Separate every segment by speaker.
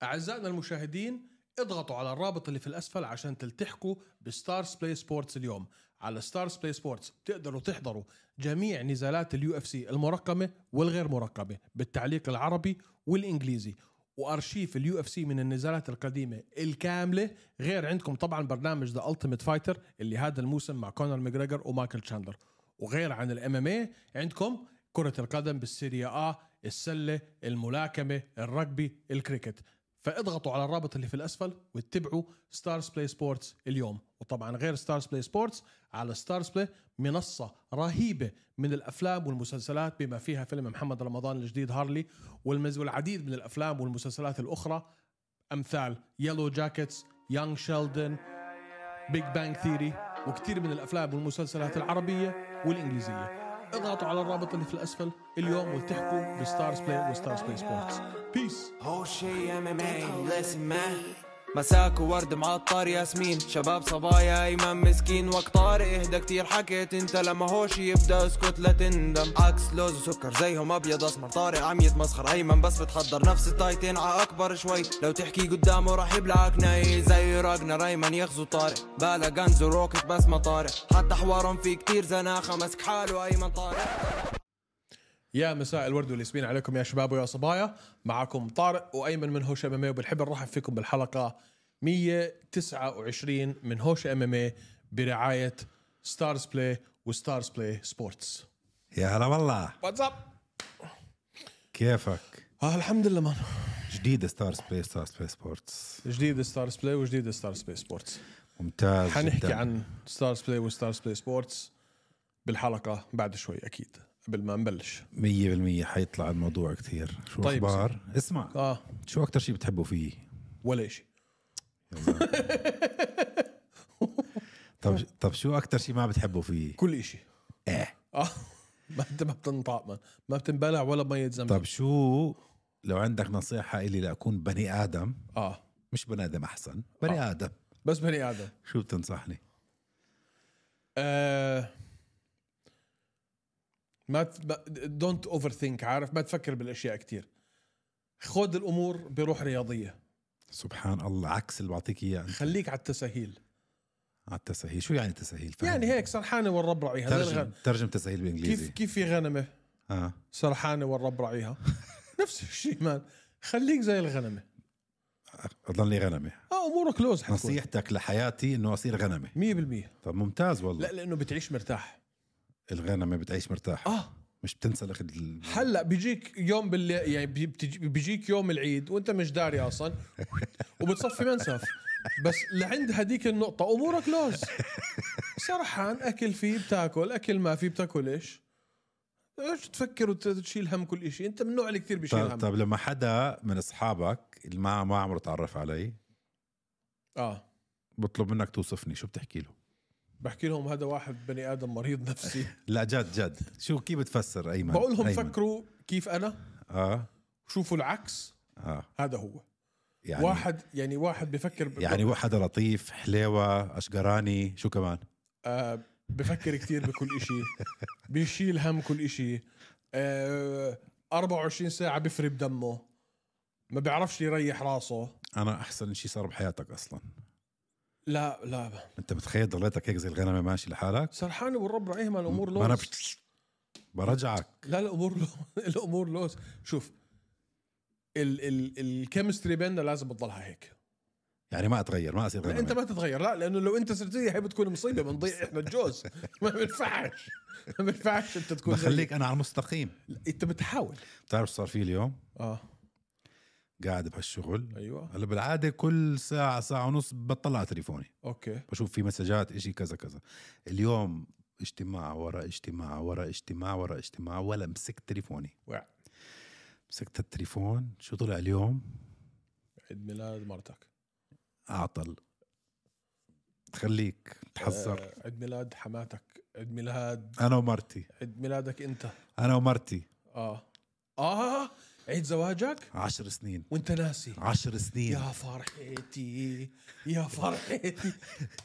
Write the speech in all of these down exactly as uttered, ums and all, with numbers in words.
Speaker 1: أعزائنا المشاهدين، اضغطوا على الرابط اللي في الأسفل عشان تلتحقوا بستارز بلاي سبورتس. اليوم على ستارز بلاي سبورتس بتقدروا تحضروا جميع نزالات اليو اف سي المرقمة والغير مرقمة بالتعليق العربي والإنجليزي، وأرشيف اليو اف سي من النزالات القديمة الكاملة. غير عندكم طبعا برنامج ذا ألتيميت فايتر اللي هذا الموسم مع كونر ماجريجر ومايكل تشاندلر. وغير عن الام ام اي عندكم كرة القدم بالسيريا آ، السلة، الملاكمة، الرجبي، الكريكت. فاضغطوا على الرابط اللي في الأسفل واتبعوا ستارز بلاي سبورتس اليوم. وطبعا غير ستارز بلاي سبورتس، على ستارز بلاي منصة رهيبة من الأفلام والمسلسلات بما فيها فيلم محمد رمضان الجديد هارلي، والمز والعديد من الأفلام والمسلسلات الأخرى أمثال يلو جاكيتس، يونغ شيلدن، بيج بانج ثيري، وكتير من الأفلام والمسلسلات العربية والإنجليزية. اضغطوا على الرابط اللي في الأسفل اليوم والتحقوا بستارز بلاي وستارز بلاي سبورتس. بيس.
Speaker 2: هو شي ام ام اي listen man. مساك وورد معطر ياسمين، شباب صبايا ايمن مسكين، وقت طارق اهدى كتير حكيت انت، لما هوش يبدا اسكت لا تندم. عكس لوز وسكر زيهم ابيض اسمر، طارق عم يتمسخر ايمن بس بتحضر نفس التايتين ع اكبر شوي، لو تحكي قدامه راح يبلعك ناي زي راجنر. ايمن يغزو طارق بالا غنز وروكت بس ما طارق، حتى حوارهم في كتير زناخه مسك حاله ايمن طارق.
Speaker 1: يا مساء الورد والياسمين عليكم يا شباب ويا صبايا، معكم طارق وأيمن من هوش ام ام اي، وبنحب نرحب فيكم بالحلقة مية وتسعة وعشرين من هوش ام ام اي برعاية ستارز بلاي وستارز بلاي سبورتس.
Speaker 3: يا هلا والله،
Speaker 1: واتساب،
Speaker 3: كيفك؟
Speaker 1: آه الحمد لله مان.
Speaker 3: جديد ستارز بلاي ستارز بلاي سبورتس،
Speaker 1: جديد ستارز بلاي وجديد ستارز بلاي سبورتس.
Speaker 3: ممتاز.
Speaker 1: حنحكي
Speaker 3: جداً.
Speaker 1: عن ستارز بلاي وستارز بلاي سبورتس بالحلقة بعد شوي أكيد قبل ما نبلش.
Speaker 3: مية بالمية حيطلع الموضوع كتير. شو
Speaker 1: طيب
Speaker 3: أخبار؟ اسمع،
Speaker 1: آه
Speaker 3: شو أكتر شيء بتحبه فيه؟
Speaker 1: ولا شيء.
Speaker 3: طب طب شو أكتر شيء ما بتحبه فيه؟
Speaker 1: كل شيء.
Speaker 3: إيه.
Speaker 1: آه ما انت ما بتنطق من ما بتنبلع ولا مية زمزم.
Speaker 3: طب شو لو عندك نصيحة إلي لأكون بني آدم،
Speaker 1: اه
Speaker 3: مش بني آدم أحسن، بني
Speaker 1: آه.
Speaker 3: آدم،
Speaker 1: بس بني آدم،
Speaker 3: شو بتنصحني؟
Speaker 1: آه ما دونت اوفر ثينك، عارف، ما تفكر بالاشياء كتير، خذ الامور بروح رياضيه.
Speaker 3: سبحان الله، عكس اللي بعطيك إياه.
Speaker 1: خليك على التسهيل.
Speaker 3: على التسهيل، شو يعني تسهيل؟ فهم.
Speaker 1: يعني هيك سرحانه والرب راعيها. زي
Speaker 3: ترجم,
Speaker 1: الغن...
Speaker 3: ترجم تسهيل بالإنجليزي.
Speaker 1: كيف كيف في غنمه
Speaker 3: آه.
Speaker 1: سرحانه والرب راعيها. نفس الشيء مان، خليك زي الغنمه،
Speaker 3: أضلني غنمة.
Speaker 1: اه امورك لوز حتكون.
Speaker 3: نصيحتك لحياتي إنه أصير غنمة.
Speaker 1: مية بالمية.
Speaker 3: طب ممتاز والله.
Speaker 1: لا لانه بتعيش مرتاح.
Speaker 3: الغنمة بتعيش مرتاح.
Speaker 1: اه
Speaker 3: مش بتنسلخ ال...
Speaker 1: هلا بيجيك يوم باللي يعني بتجي بيجيك يوم العيد وانت مش داري اصلا وبتصفي منسف، بس لعند هديك النقطة أمورك لوز. سرحان، أكل فيه بتاكل، أكل ما فيه بتاكل. إيش إيش تفكر وتشيل هم كل إشي؟ أنت من النوع اللي كتير بيشيل
Speaker 3: طب
Speaker 1: هم.
Speaker 3: طب لما حدا من أصحابك اللي ما ما عمره تعرف علي
Speaker 1: آه
Speaker 3: بطلب منك توصفني، شو بتحكي له؟
Speaker 1: بحكي لهم هذا واحد بني آدم مريض نفسي.
Speaker 3: لا جد جد، شو كيف بتفسر أيمن؟
Speaker 1: بقول لهم
Speaker 3: أيمن.
Speaker 1: فكروا كيف أنا،
Speaker 3: آه
Speaker 1: شوفوا العكس.
Speaker 3: آه
Speaker 1: هذا هو
Speaker 3: يعني
Speaker 1: واحد، يعني واحد بفكر ب...
Speaker 3: يعني واحد لطيف، حليوة، أشقراني، شو كمان؟
Speaker 1: آه بفكر كتير بكل إشي، بيشيل هم كل إشي، آه أربعة وعشرين ساعة بفري بدمه، ما بيعرفش يريح راسه.
Speaker 3: أنا أحسن شيء صار بحياتك أصلا.
Speaker 1: لا لا
Speaker 3: أنت بتخيل ضليتك هيك زي الغنمة ماشي لحالك؟
Speaker 1: سرحان والرب راعيهم. الأمور
Speaker 3: ما أنا
Speaker 1: لوز.
Speaker 3: بش... برجعك.
Speaker 1: لا الأمور لوز. الأمور لوز. شوف ال ال الكيمستري بيننا لازم تضلها هيك.
Speaker 3: يعني ما أتغير، ما أصير
Speaker 1: لا
Speaker 3: غنمة.
Speaker 1: أنت ما تتغير، لا لأنه لو أنت صرت زي هي بتكون مصيبة، بنضيع إحنا الجوز. ما بينفعش، ما بينفعش أنت تكون.
Speaker 3: بخليك أنا على المستقيم.
Speaker 1: أنت بتحاول.
Speaker 3: بتعرف صار فيه اليوم؟
Speaker 1: آه
Speaker 3: قاعد بهالشغل.
Speaker 1: أيوة.
Speaker 3: هلا بالعاده كل ساعه ساعه ونص بطلع على تليفوني،
Speaker 1: أوكي.
Speaker 3: بشوف في مسجات إشي كذا كذا. اليوم اجتماع ورا اجتماع ورا اجتماع ورا اجتماع، ولا مسكت تليفوني.
Speaker 1: وع.
Speaker 3: مسكت التليفون، شو طلع اليوم؟
Speaker 1: عيد ميلاد مرتك.
Speaker 3: اعطل. تخليك تحذر.
Speaker 1: آه عيد ميلاد حماتك، عيد ميلاد
Speaker 3: انا ومرتي.
Speaker 1: عيد ميلادك أنت.
Speaker 3: انا ومرتي.
Speaker 1: آه آه عيد زواجك
Speaker 3: عشر سنين
Speaker 1: وانت ناسي.
Speaker 3: عشر سنين.
Speaker 1: يا فرحتي يا فرحتي.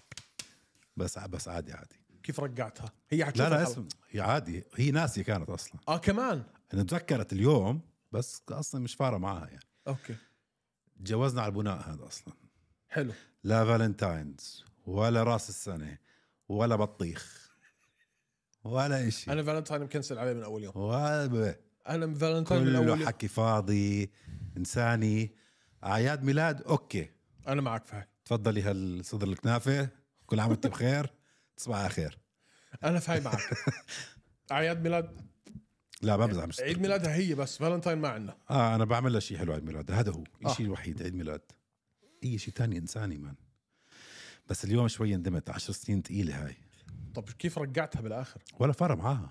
Speaker 3: بس بس عادي عادي.
Speaker 1: كيف رجعتها هي؟
Speaker 3: لا لا اسم هي عادي، هي ناسية كانت اصلا.
Speaker 1: اه كمان
Speaker 3: انا تذكرت اليوم بس اصلا مش فارقه معها يعني.
Speaker 1: اوكي.
Speaker 3: تجوزنا على البناء هذا اصلا.
Speaker 1: حلو.
Speaker 3: لا فالنتاينز ولا راس السنه ولا بطيخ ولا إشي.
Speaker 1: انا فالنتاين مكنسل عليه من اول يوم.
Speaker 3: ولا
Speaker 1: انا فالنتاين من اول
Speaker 3: كله
Speaker 1: يوم.
Speaker 3: حكي فاضي انساني. اعياد ميلاد اوكي
Speaker 1: انا معك في هاي.
Speaker 3: تفضلي هالصدر الكنافه كل عام وانت بخير تصبح على خير.
Speaker 1: انا في هاي معك. اعياد ميلاد
Speaker 3: لا ما بزعل.
Speaker 1: عيد ميلادها هي بس فالنتاين ما عندنا.
Speaker 3: اه انا بعمل لها شيء حلو عيد ميلاد هذا هو
Speaker 1: آه.
Speaker 3: الشيء الوحيد عيد ميلاد. اي شيء تاني انساني مان. بس اليوم شوي ندمت عشر سنين تقيله هاي.
Speaker 1: طب كيف رجعتها بالاخر؟
Speaker 3: ولا فرق معاها.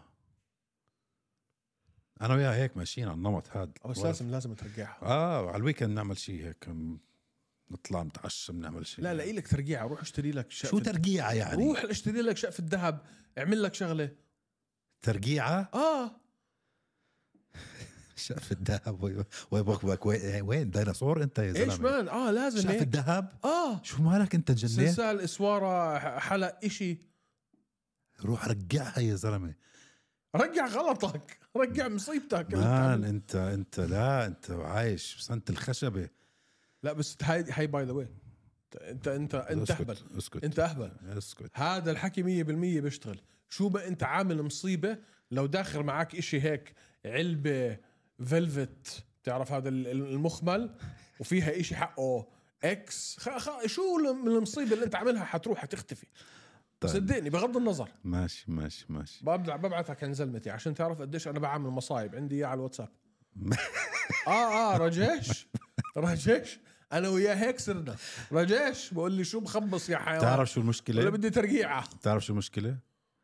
Speaker 3: انا وياها هيك ماشيين على النمط هذا.
Speaker 1: بس لازم لازم ترجعها.
Speaker 3: اه على الويكند نعمل شيء هيك نطلع نتعشى بنعمل شيء.
Speaker 1: لا لا إلك ترجيعة. روح اشتري لك شقف.
Speaker 3: شو ترقيعة يعني؟
Speaker 1: روح اشتري لك شقف الذهب. اعمل لك شغلة.
Speaker 3: ترقيعة؟
Speaker 1: اه
Speaker 3: شقف الذهب وين وين ديناصور انت يا زلمه؟
Speaker 1: ايش مان؟ اه لازم
Speaker 3: شقف
Speaker 1: هيك.
Speaker 3: الذهب؟
Speaker 1: اه
Speaker 3: شو مالك انت جنيت؟
Speaker 1: سلسال اسواره حلق اشي.
Speaker 3: روح رجعها يا زلمه.
Speaker 1: رجع غلطك. رجع مصيبتك.
Speaker 3: مان انت انت لا انت عايش بسنة الخشبه.
Speaker 1: لا بس هاي هاي باي ذا واي. انت انت انت
Speaker 3: اسكت
Speaker 1: اهبل.
Speaker 3: اسكت
Speaker 1: انت اهبل.
Speaker 3: اسكت.
Speaker 1: هذا الحكي مية بالمية بيشتغل. شو بقى انت عامل مصيبه لو داخل معك اشي هيك علبه فيلفت بتعرف هذا المخمل وفيها اشي حقه اكس خ... خ... شو المصيبه اللي انت عاملها؟ حتروح حتختفي.
Speaker 3: طيب.
Speaker 1: صدقني بغض النظر.
Speaker 3: ماشي ماشي ماشي.
Speaker 1: ببدع ببعثك عن زلمتي عشان تعرف قديش انا بعمل مصايب. عندي اياه على الواتساب. اه اه رجيش رجيش انا وياه هيك صرنا. رجيش بقول لي شو مخبص يا حيوان.
Speaker 3: تعرف شو المشكله؟
Speaker 1: ولا بدي ترقيعه.
Speaker 3: تعرف شو المشكله؟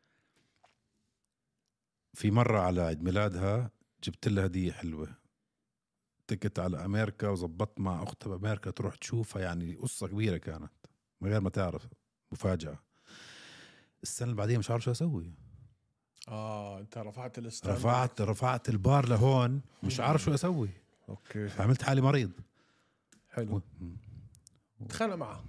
Speaker 3: في مره على عيد ميلادها جبت لها هديه حلوه تكت على امريكا وزبطت مع اختها بامريكا تروح تشوفها. يعني قصه كبيره كانت من غير ما تعرف. مفاجاه. السنه اللي بعديها مش عارف شو اسوي.
Speaker 1: اه انت رفعت الاستاند.
Speaker 3: رفعت رفعت البار لهون مش عارف شو اسوي.
Speaker 1: اوكي
Speaker 3: عملت حالي مريض.
Speaker 1: حلو. تخانق معها.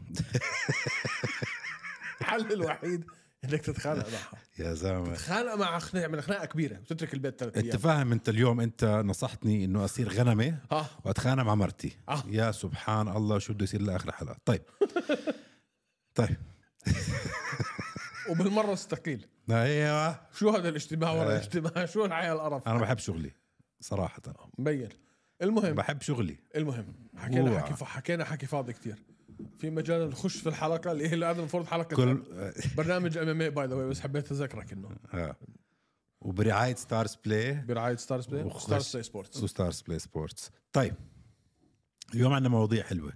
Speaker 1: الحل الوحيد انك تتخانق معها.
Speaker 3: يا زلمه
Speaker 1: تتخانق مع خناقه من خناقه كبيره وتترك البيت ثلاث ايام.
Speaker 3: انت فاهم؟ انت اليوم انت نصحتني انه اصير غنمه
Speaker 1: اه
Speaker 3: واتخانق مع مرتي.
Speaker 1: آه.
Speaker 3: يا سبحان الله شو بده يصير لاخر الحلقه. طيب طيب
Speaker 1: وبالمره استقيل.
Speaker 3: ايوه
Speaker 1: شو هذا الاجتماع ورا
Speaker 3: آه.
Speaker 1: الاجتماع؟ شو الحياه القرف؟
Speaker 3: انا بحب شغلي صراحه.
Speaker 1: مبين. المهم
Speaker 3: بحب شغلي.
Speaker 1: المهم حكينا
Speaker 3: أوه.
Speaker 1: حكي حكينا حكي فاضي كتير. في مجال نخش في الحلقه اللي هي هذا المفروض حلقه
Speaker 3: كل
Speaker 1: برنامج ام ام اي باي ذا واي. بس حبيت اذكرك انه
Speaker 3: آه. وبرعايه ستارز بلاي
Speaker 1: برعايه ستارز بلاي
Speaker 3: وخش-
Speaker 1: ستارز بلاي سبورتس.
Speaker 3: وستارز بلاي سبورتس. طيب اليوم عندنا مواضيع حلوه.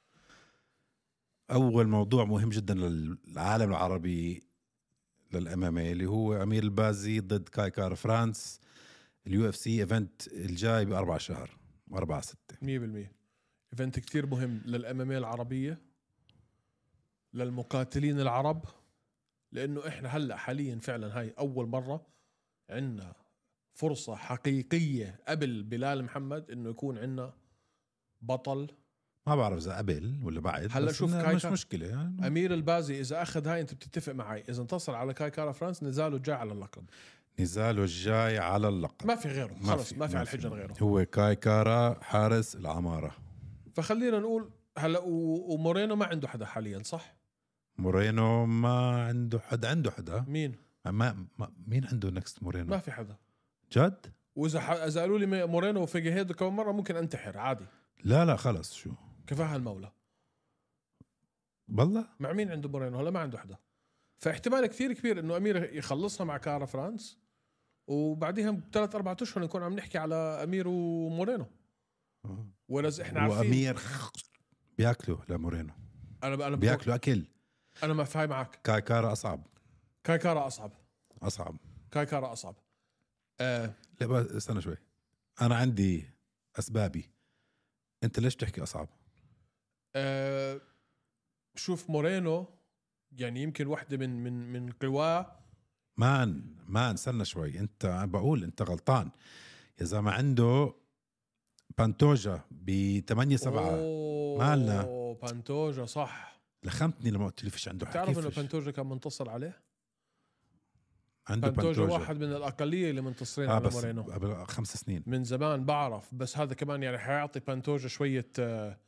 Speaker 3: اول موضوع مهم جدا للعالم العربي للامامي اللي هو امير البازي ضد كاي كار فرانس. اليو اف سي ايفنت الجاي بأربعة شهر وأربعة ستة.
Speaker 1: مية بالمية ايفنت كتير مهم للاماميه العربيه للمقاتلين العرب. لانه احنا هلا حاليا فعلا هاي اول مره عندنا فرصه حقيقيه قبل بلال محمد انه يكون عندنا بطل.
Speaker 3: ما بعرف اذا قبل ولا بعد.
Speaker 1: هلا
Speaker 3: بس
Speaker 1: شوف
Speaker 3: إنه
Speaker 1: كاي
Speaker 3: مش
Speaker 1: كار.
Speaker 3: مشكله يعني.
Speaker 1: امير البازي اذا اخذ هاي انت بتتفق معي اذا انتصر على كاي كارا فرانس نزاله جاي على اللقب.
Speaker 3: نزاله الجاي على اللقب.
Speaker 1: ما في غيره خلص. ما في على الحجر غيره.
Speaker 3: هو كاي كارا حارس العماره.
Speaker 1: فخلينا نقول هلا و- ومورينو ما عنده حدا حاليا صح؟
Speaker 3: مورينو ما عنده حد. عنده حدا.
Speaker 1: مين؟
Speaker 3: ما, ما مين عنده نكست مورينو؟
Speaker 1: ما في حدا.
Speaker 3: جد؟
Speaker 1: واذا ح... اذا قالوا لي مورينو وفيجيهيدو كم مره ممكن انتحر عادي.
Speaker 3: لا لا خلص شو
Speaker 1: كفاها المولى.
Speaker 3: بالله.
Speaker 1: مع مين عنده مورينو؟ هلا ما عنده حدا. فاحتمال كثير كبير انه امير يخلصها مع كارا فرانس وبعديها بثلاث اربع اشهر نكون عم نحكي على امير ومورينو. ولا إذا احنا عارفين
Speaker 3: وامير بياكلوا لمورينو.
Speaker 1: انا ب... انا بفكر-
Speaker 3: بياكلوا اكل.
Speaker 1: انا ما فاهم معك.
Speaker 3: كاي كارا اصعب.
Speaker 1: كاي كارا اصعب.
Speaker 3: اصعب.
Speaker 1: كاي كارا اصعب. آه
Speaker 3: لا بس استنى شوي. انا عندي اسبابي. انت ليش بتحكي اصعب؟
Speaker 1: آه شوف مورينو يعني يمكن واحدة من من من قواه.
Speaker 3: مان مان استنى شوي. انت بقول انت غلطان يا زلمه. عنده بانتوجا ب ثمانية سبعة. مالنا؟
Speaker 1: اوه بانتوجا صح.
Speaker 3: لخمتني لما قلت لي فيش عنده حق.
Speaker 1: تعرف انه
Speaker 3: كيفش؟
Speaker 1: بانتوجا كان منتصر عليه.
Speaker 3: عنده
Speaker 1: بانتوجا,
Speaker 3: بانتوجا
Speaker 1: واحد من الاقليه اللي منتصرين
Speaker 3: آه
Speaker 1: على
Speaker 3: بس
Speaker 1: مورينو
Speaker 3: قبل خمس سنين.
Speaker 1: من زمان بعرف. بس هذا كمان يعني حيعطي بانتوجا شويه آه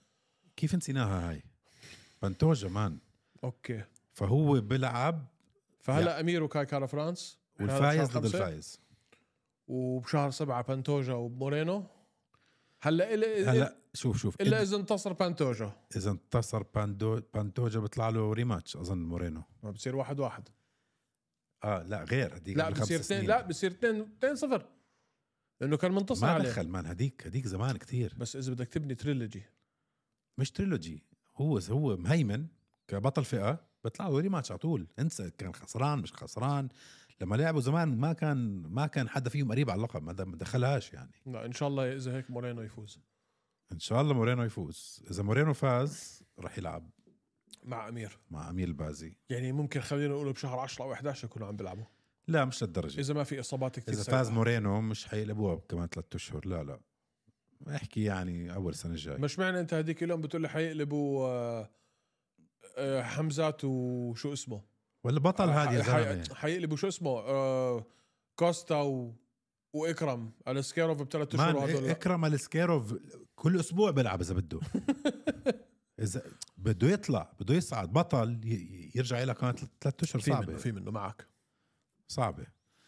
Speaker 3: كيف نسيناها هاي بانتوجا مان.
Speaker 1: اوكي
Speaker 3: فهو بيلعب
Speaker 1: فهلا امير وكاي كارا فرانس
Speaker 3: والفايز ضد الفايز،
Speaker 1: وبشهر سبعة بانتوجا ومورينو. هلا إلا
Speaker 3: هلا شوف شوف
Speaker 1: الا اذا انتصر بانتوجا،
Speaker 3: اذا انتصر باندو بانتوجا بيطلع له ريماتش اظن مورينو.
Speaker 1: ما بصير واحد واحد.
Speaker 3: اه لا غير هديك
Speaker 1: لا بصير اثنين، لا بصير اثنين اثنين صفر لانه كان منتصر
Speaker 3: ما
Speaker 1: عليه.
Speaker 3: دخل مان هديك هديك زمان كتير.
Speaker 1: بس اذا بدك تبني تريلوجي
Speaker 3: مش تريلوجي، هو هو مهيمن كبطل فئه بيطلع له ريماتش على طول. انسى كان خسران مش خسران. لما لعبوا زمان ما كان ما كان حدا فيهم قريب على اللقب، ما دخلهاش يعني.
Speaker 1: لا ان شاء الله اذا هيك مورينو يفوز.
Speaker 3: ان شاء الله مورينو يفوز. اذا مورينو فاز راح يلعب
Speaker 1: مع امير
Speaker 3: مع امير البازي.
Speaker 1: يعني ممكن خلينا نقول بشهر عشرة او احدعش يكونوا عم بيلعبوا.
Speaker 3: لا مش للدرجه،
Speaker 1: اذا ما في اصابات كثير.
Speaker 3: اذا فاز مورينو مش حيلعبوها كمان ثلاثة اشهر. لا لا احكي يعني اول سنه الجاي.
Speaker 1: مش معنى انت هديك اليوم بتقول لي حيقلبوا آه آه حمزات وشو اسمه
Speaker 3: ولا بطل هذا يا
Speaker 1: حي...
Speaker 3: زلمه
Speaker 1: حيقلبوا شو اسمه آه كوستا و... واكرم الاسكيروف بثلاث اشهر.
Speaker 3: هذول اكرم الاسكيروف كل اسبوع بيلعب اذا بده. اذا بده يطلع بده يصعد بطل ي... يرجع لها كمان ثلاثة اشهر صعبه.
Speaker 1: في منه, في منه معك
Speaker 3: صعبه.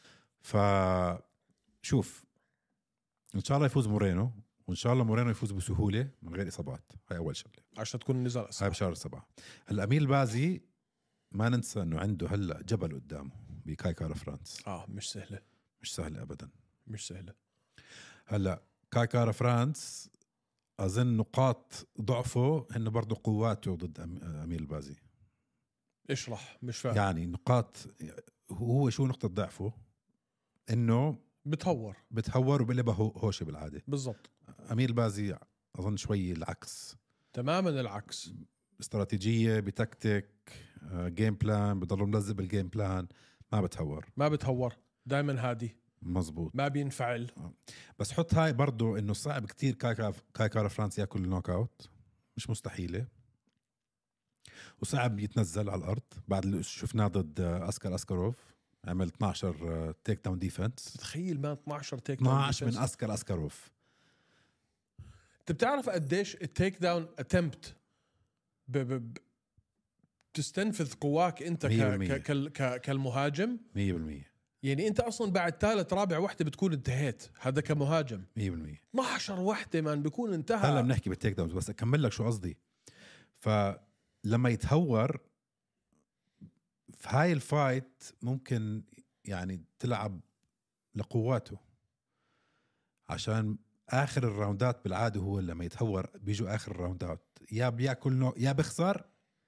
Speaker 3: فشوف ان شاء الله يفوز مورينو، وان شاء الله مورينو يفوز بسهوله من غير اصابات. هاي اول شغله
Speaker 1: عشان تكون النزال
Speaker 3: هاي بشهر سبعة. هلا امير البازي ما ننسى انه عنده هلا جبل قدامه بكاي كارا فرانس.
Speaker 1: اه مش سهله
Speaker 3: مش سهله ابدا
Speaker 1: مش سهله.
Speaker 3: هلا كاي كارا فرانس اظن نقاط ضعفه انه برضه قواته ضد امير البازي.
Speaker 1: اشرح مش فاهم
Speaker 3: يعني نقاط هو شو نقطه ضعفه؟ انه
Speaker 1: بتهور
Speaker 3: بتهور وبقلبها هوشه بالعاده.
Speaker 1: بالضبط.
Speaker 3: امير البازي اظن شوي العكس
Speaker 1: تماما العكس.
Speaker 3: استراتيجيه بتكتيك جيم بلان بضل ملزق بالجيم بلان. ما بتهور
Speaker 1: ما بتهور دائما هادي
Speaker 3: مزبوط
Speaker 1: ما بينفعل.
Speaker 3: بس حط هاي برضو انه صعب كتير كاي كاي كارا فرانس ياكل النوك اوت. مش مستحيله وصعب يتنزل على الارض. بعد اللي شفناه ضد اسكر اسكاروف عمل اثناشر تيك داون ديفنس.
Speaker 1: تخيل ما اثناشر تيك داون
Speaker 3: اثناشر من اسكر اسكاروف.
Speaker 1: انت بتعرف قديش التيك داون اتمبت ب ب تستنفذ قواك انت ك ك كالمهاجم
Speaker 3: مية بالمية.
Speaker 1: يعني انت اصلا بعد ثالث رابع وحده بتكون انتهيت. هذا كمهاجم
Speaker 3: مية بالمية.
Speaker 1: اثناشر وحده مان بيكون انتهى.
Speaker 3: هلا بنحكي بالتيك داونز بس اكمل لك شو قصدي. فلما يتهور في هاي الفايت ممكن يعني تلعب لقواته، عشان اخر الراوندات بالعاده هو لما يتهور بيجوا اخر الراوندات يا بياكل نو... يا بخسر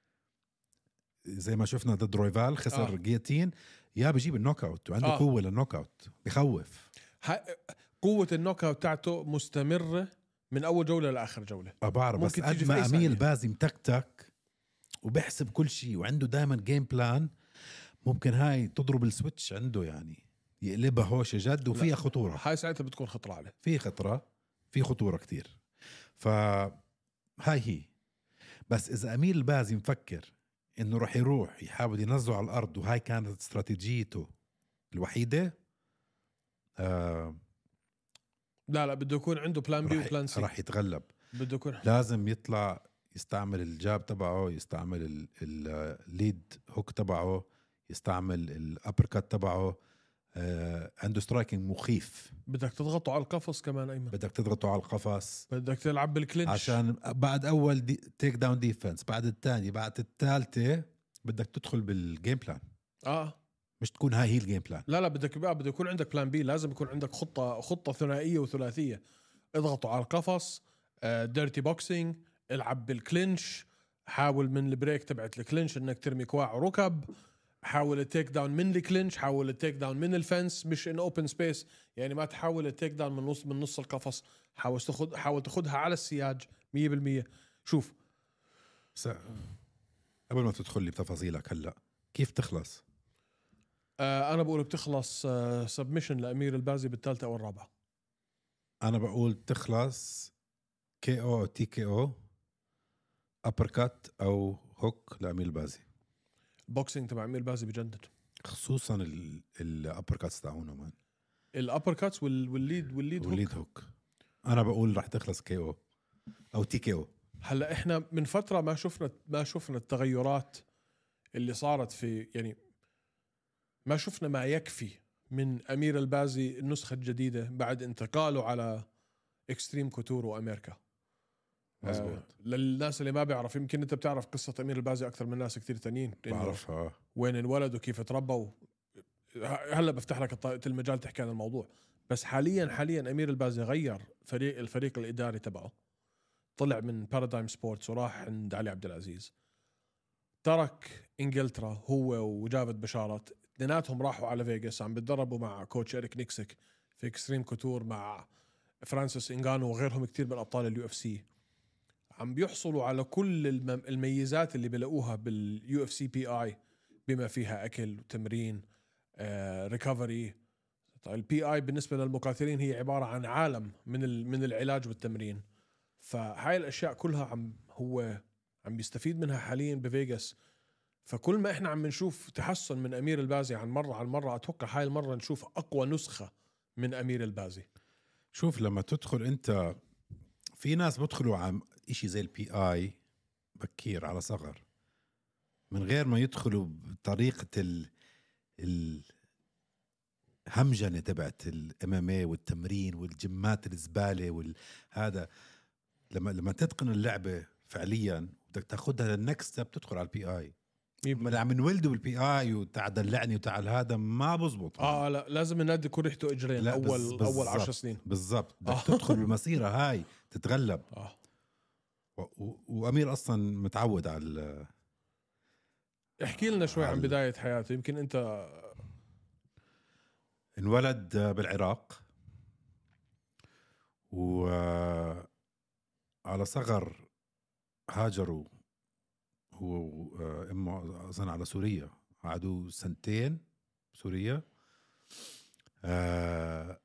Speaker 3: زي ما شفنا ضد رويفال خسر آه. جيتين، يا بيجيب النوك اوت وعنده آه. قوه للنوك اوت بخوف.
Speaker 1: قوه النوك اوت تاعته مستمره من اول جوله لاخر جوله.
Speaker 3: اه بعرف بس قد ما امير البازي متكتك وبحسب كل شيء وعنده دائما جيم بلان ممكن هاي تضرب السويتش عنده يعني يقلبها هوشه جد وفيها خطوره.
Speaker 1: هاي ساعتها بتكون خطره عليه.
Speaker 3: في خطره في خطوره كتير. فهاي هي بس اذا امير البازي مفكر انه راح يروح يحاول ينزله على الارض وهاي كانت استراتيجيته الوحيده آه
Speaker 1: لا لا بده يكون عنده بلان بي وبلان سي.
Speaker 3: راح يتغلب.
Speaker 1: بده يكون
Speaker 3: لازم يطلع يستعمل الجاب تبعه، يستعمل الليد هوك تبعه، يستعمل الابر كات تبعه. آه عنده سترايكنج مخيف.
Speaker 1: بدك تضغطه على القفص كمان ايمن.
Speaker 3: بدك تضغطه على القفص.
Speaker 1: بدك تلعب بالكلينش
Speaker 3: عشان بعد اول دي تيك داون ديفنس بعد الثاني بعد الثالثه بدك تدخل بالجيم بلان.
Speaker 1: اه
Speaker 3: مش تكون هاي هي الجيم بلان.
Speaker 1: لا لا بدك بقى بده يكون عندك بلان بي. لازم يكون عندك خطه خطه ثنائيه وثلاثيه. اضغطوا على القفص، آه ديرتي بوكسينج، العب بالكلينش، حاول من البريك تبعت الكلينش انك ترمي كواع وركب، حاول التيك داون من الكلينش، حاول التيك داون من الفنس مش ان اوبن سبيس. يعني ما تحاول التيك داون من نص من نص القفص. حاول تاخذ حاول تاخذها على السياج مية بالمية. شوف
Speaker 3: س... قبل ما تدخل لي بتفاصيلك هلا كيف تخلص؟
Speaker 1: آه انا بقول بتخلص آه سبمشن لامير البازي بالثالثه او الرابعه.
Speaker 3: انا بقول تخلص كي او تي كي او ابركات او هوك لامير البازي.
Speaker 1: بوكسينج تبع امير البازي بجدد،
Speaker 3: خصوصا الابركاتس تاعونه مان.
Speaker 1: الابركاتس والليد والليد
Speaker 3: والليد هوك. انا بقول راح تخلص كي او او تي كي او.
Speaker 1: هلا احنا من فتره ما شفنا ما شفنا التغيرات اللي صارت في يعني ما شفنا ما يكفي من امير البازي النسخه الجديده بعد انتقاله على اكستريم كوتور وامريكا.
Speaker 3: مزبوط.
Speaker 1: آه للناس اللي ما بيعرف، يمكن انت بتعرف قصه امير البازي اكثر من ناس كتير تانيين،
Speaker 3: بعرفها
Speaker 1: وين انولد وكيف تربى و... هلا بفتح لك المجال تحكي عن الموضوع. بس حاليا حاليا امير البازي غير فريق الفريق الاداري تبعه، طلع من بارادايم سبورتس وراح عند علي عبد العزيز، ترك انجلترا هو وجافد بشارت، اثنيناتهم راحوا على فيغاس عم بتدربوا مع كوتش إريك نيكسك في اكستريم كوتور مع فرانسيس انغانو وغيرهم كتير من ابطال اليو اف سي. عم بيحصلوا على كل الميزات اللي بلاقوها باليو اف سي بي اي، بما فيها اكل وتمرين آه، ريكفري. البي اي بالنسبه للمقاتلين هي عباره عن عالم من من العلاج والتمرين. فهاي الاشياء كلها عم هو عم بيستفيد منها حاليا بفيغاس. فكل ما احنا عم نشوف تحسن من امير البازي عن مره عن مره، اتوقع هاي المره نشوف اقوى نسخه من امير البازي.
Speaker 3: شوف لما تدخل انت، في ناس بدخلوا عم اشي زي البي اي بكير على صغر من غير ما يدخلوا بطريقة ال الهمجنة تبعت الام ام اي والتمرين والجمات الزبالة والهذا. لما لما تتقن اللعبة فعليا بدك تاخدها للنكست ستيب، تدخل على البي اي. ما عم نولدوا بالبي اي وتعدلعني وتعال هذا ما بزبط.
Speaker 1: اه لا، لازم النادي يكون ريحته اجرين اول اول عشر سنين
Speaker 3: بالضبط. بدك
Speaker 1: آه.
Speaker 3: تدخل بالمسيرة هاي تتغلب.
Speaker 1: آه.
Speaker 3: و... وامير اصلا متعود على.
Speaker 1: احكي لنا شوي عن بداية حياته. يمكن انت
Speaker 3: انولد بالعراق وعلى صغر هاجروا هو وامه اظن على سوريا، قعدوا سنتين سوريا. آه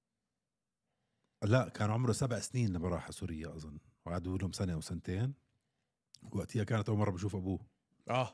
Speaker 3: لا كان عمره سبع سنين لما راح سوريا اظن، وقعدوا لهم سنه او سنتين. وقتها كانت اول مره بشوف ابوه.
Speaker 1: اه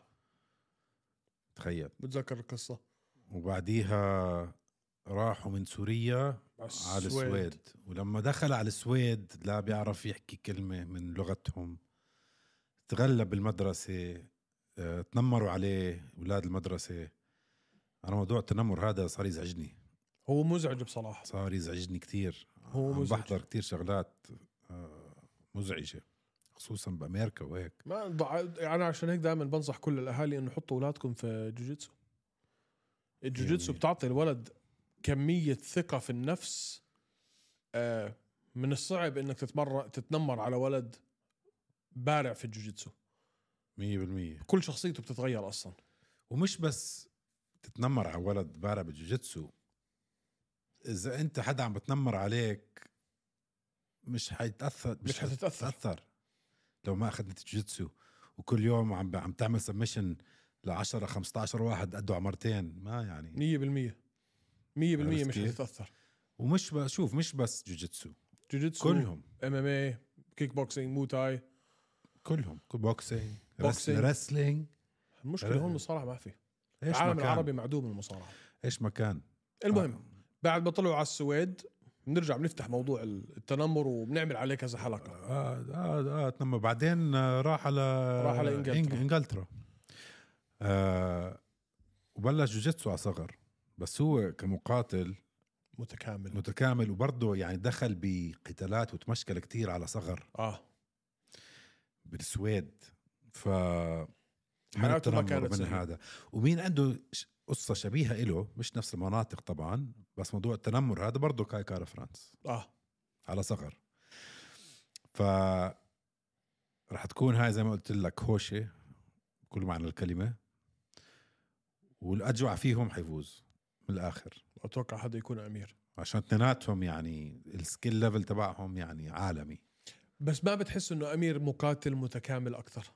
Speaker 3: تخيل،
Speaker 1: بتذكر القصه.
Speaker 3: وبعديها راحوا من سوريا على السويد. ولما دخل على السويد لا بيعرف يحكي كلمه من لغتهم، تغلب بالمدرسه، اه تنمروا عليه اولاد المدرسه. انا موضوع التنمر هذا صار يزعجني،
Speaker 1: هو مزعج بصراحه،
Speaker 3: صار يزعجني كتير.
Speaker 1: هو مزعج.
Speaker 3: بحضر كتير شغلات مزعجة خصوصا بأمريكا وهيك.
Speaker 1: ما أنا عشان هيك دائما بنصح كل الأهالي إنه حطوا أولادكم في جوجيتسو. الجوجيتسو بتعطي الولد كمية ثقة في النفس. آه من الصعب إنك تتمر تتنمر على ولد بارع في الجوجيتسو.
Speaker 3: مية بالمية
Speaker 1: كل شخصيته بتتغير أصلا.
Speaker 3: ومش بس تتنمر على ولد بارع بالجوجيتسو، إذا أنت حدا عم بتنمر عليك مش حيتأثر،
Speaker 1: مش حتتأثر
Speaker 3: حتتأثر لو ما أخذت جوجيتسو وكل يوم عم عم تعمل سبمشن لعشرة خمسة عشر واحد قدوا عمرتين. ما يعني
Speaker 1: مية بالمية مية بالمية مش حتتأثر.
Speaker 3: ومش بشوف مش بس جوجيتسو،
Speaker 1: جوجيتسو
Speaker 3: كلهم
Speaker 1: ام ام اي، كيك بوكسينج، موتاي،
Speaker 3: كلهم بوكسينج،
Speaker 1: بوكسينج.
Speaker 3: رسلينج.
Speaker 1: المشكلة هون المصارعة ما في.
Speaker 3: ايش
Speaker 1: العالم
Speaker 3: مكان.
Speaker 1: العربي معدوم المصارعة.
Speaker 3: ايش مكان.
Speaker 1: المهم آه. بعد ما طلعوا على السويد بنرجع بنفتح موضوع التنمر وبنعمل عليه كذا حلقة.
Speaker 3: اه اه اه تنمر. بعدين راح على
Speaker 1: راح على انجلترا,
Speaker 3: انجلترا. آه وبلش جوجيتسو على صغر، بس هو كمقاتل
Speaker 1: متكامل
Speaker 3: متكامل وبرضه يعني دخل بقتالات وتمشكل كتير على صغر
Speaker 1: اه
Speaker 3: بالسويد. ف
Speaker 1: حياته ما كانت
Speaker 3: من هذا. ومين عنده قصة شبيهة إله، مش نفس المناطق طبعا، بس موضوع التنمر هذا برضه كاي كارا فرانس
Speaker 1: اه
Speaker 3: على صغر. ف رح تكون هاي زي ما قلت لك هوشة كل معنى الكلمة، والأجوع فيهم حيفوز من الآخر.
Speaker 1: أتوقع هذا يكون أمير
Speaker 3: عشان اثنيناتهم يعني السكيل ليفل تبعهم يعني عالمي.
Speaker 1: بس ما بتحس إنه أمير مقاتل متكامل أكثر؟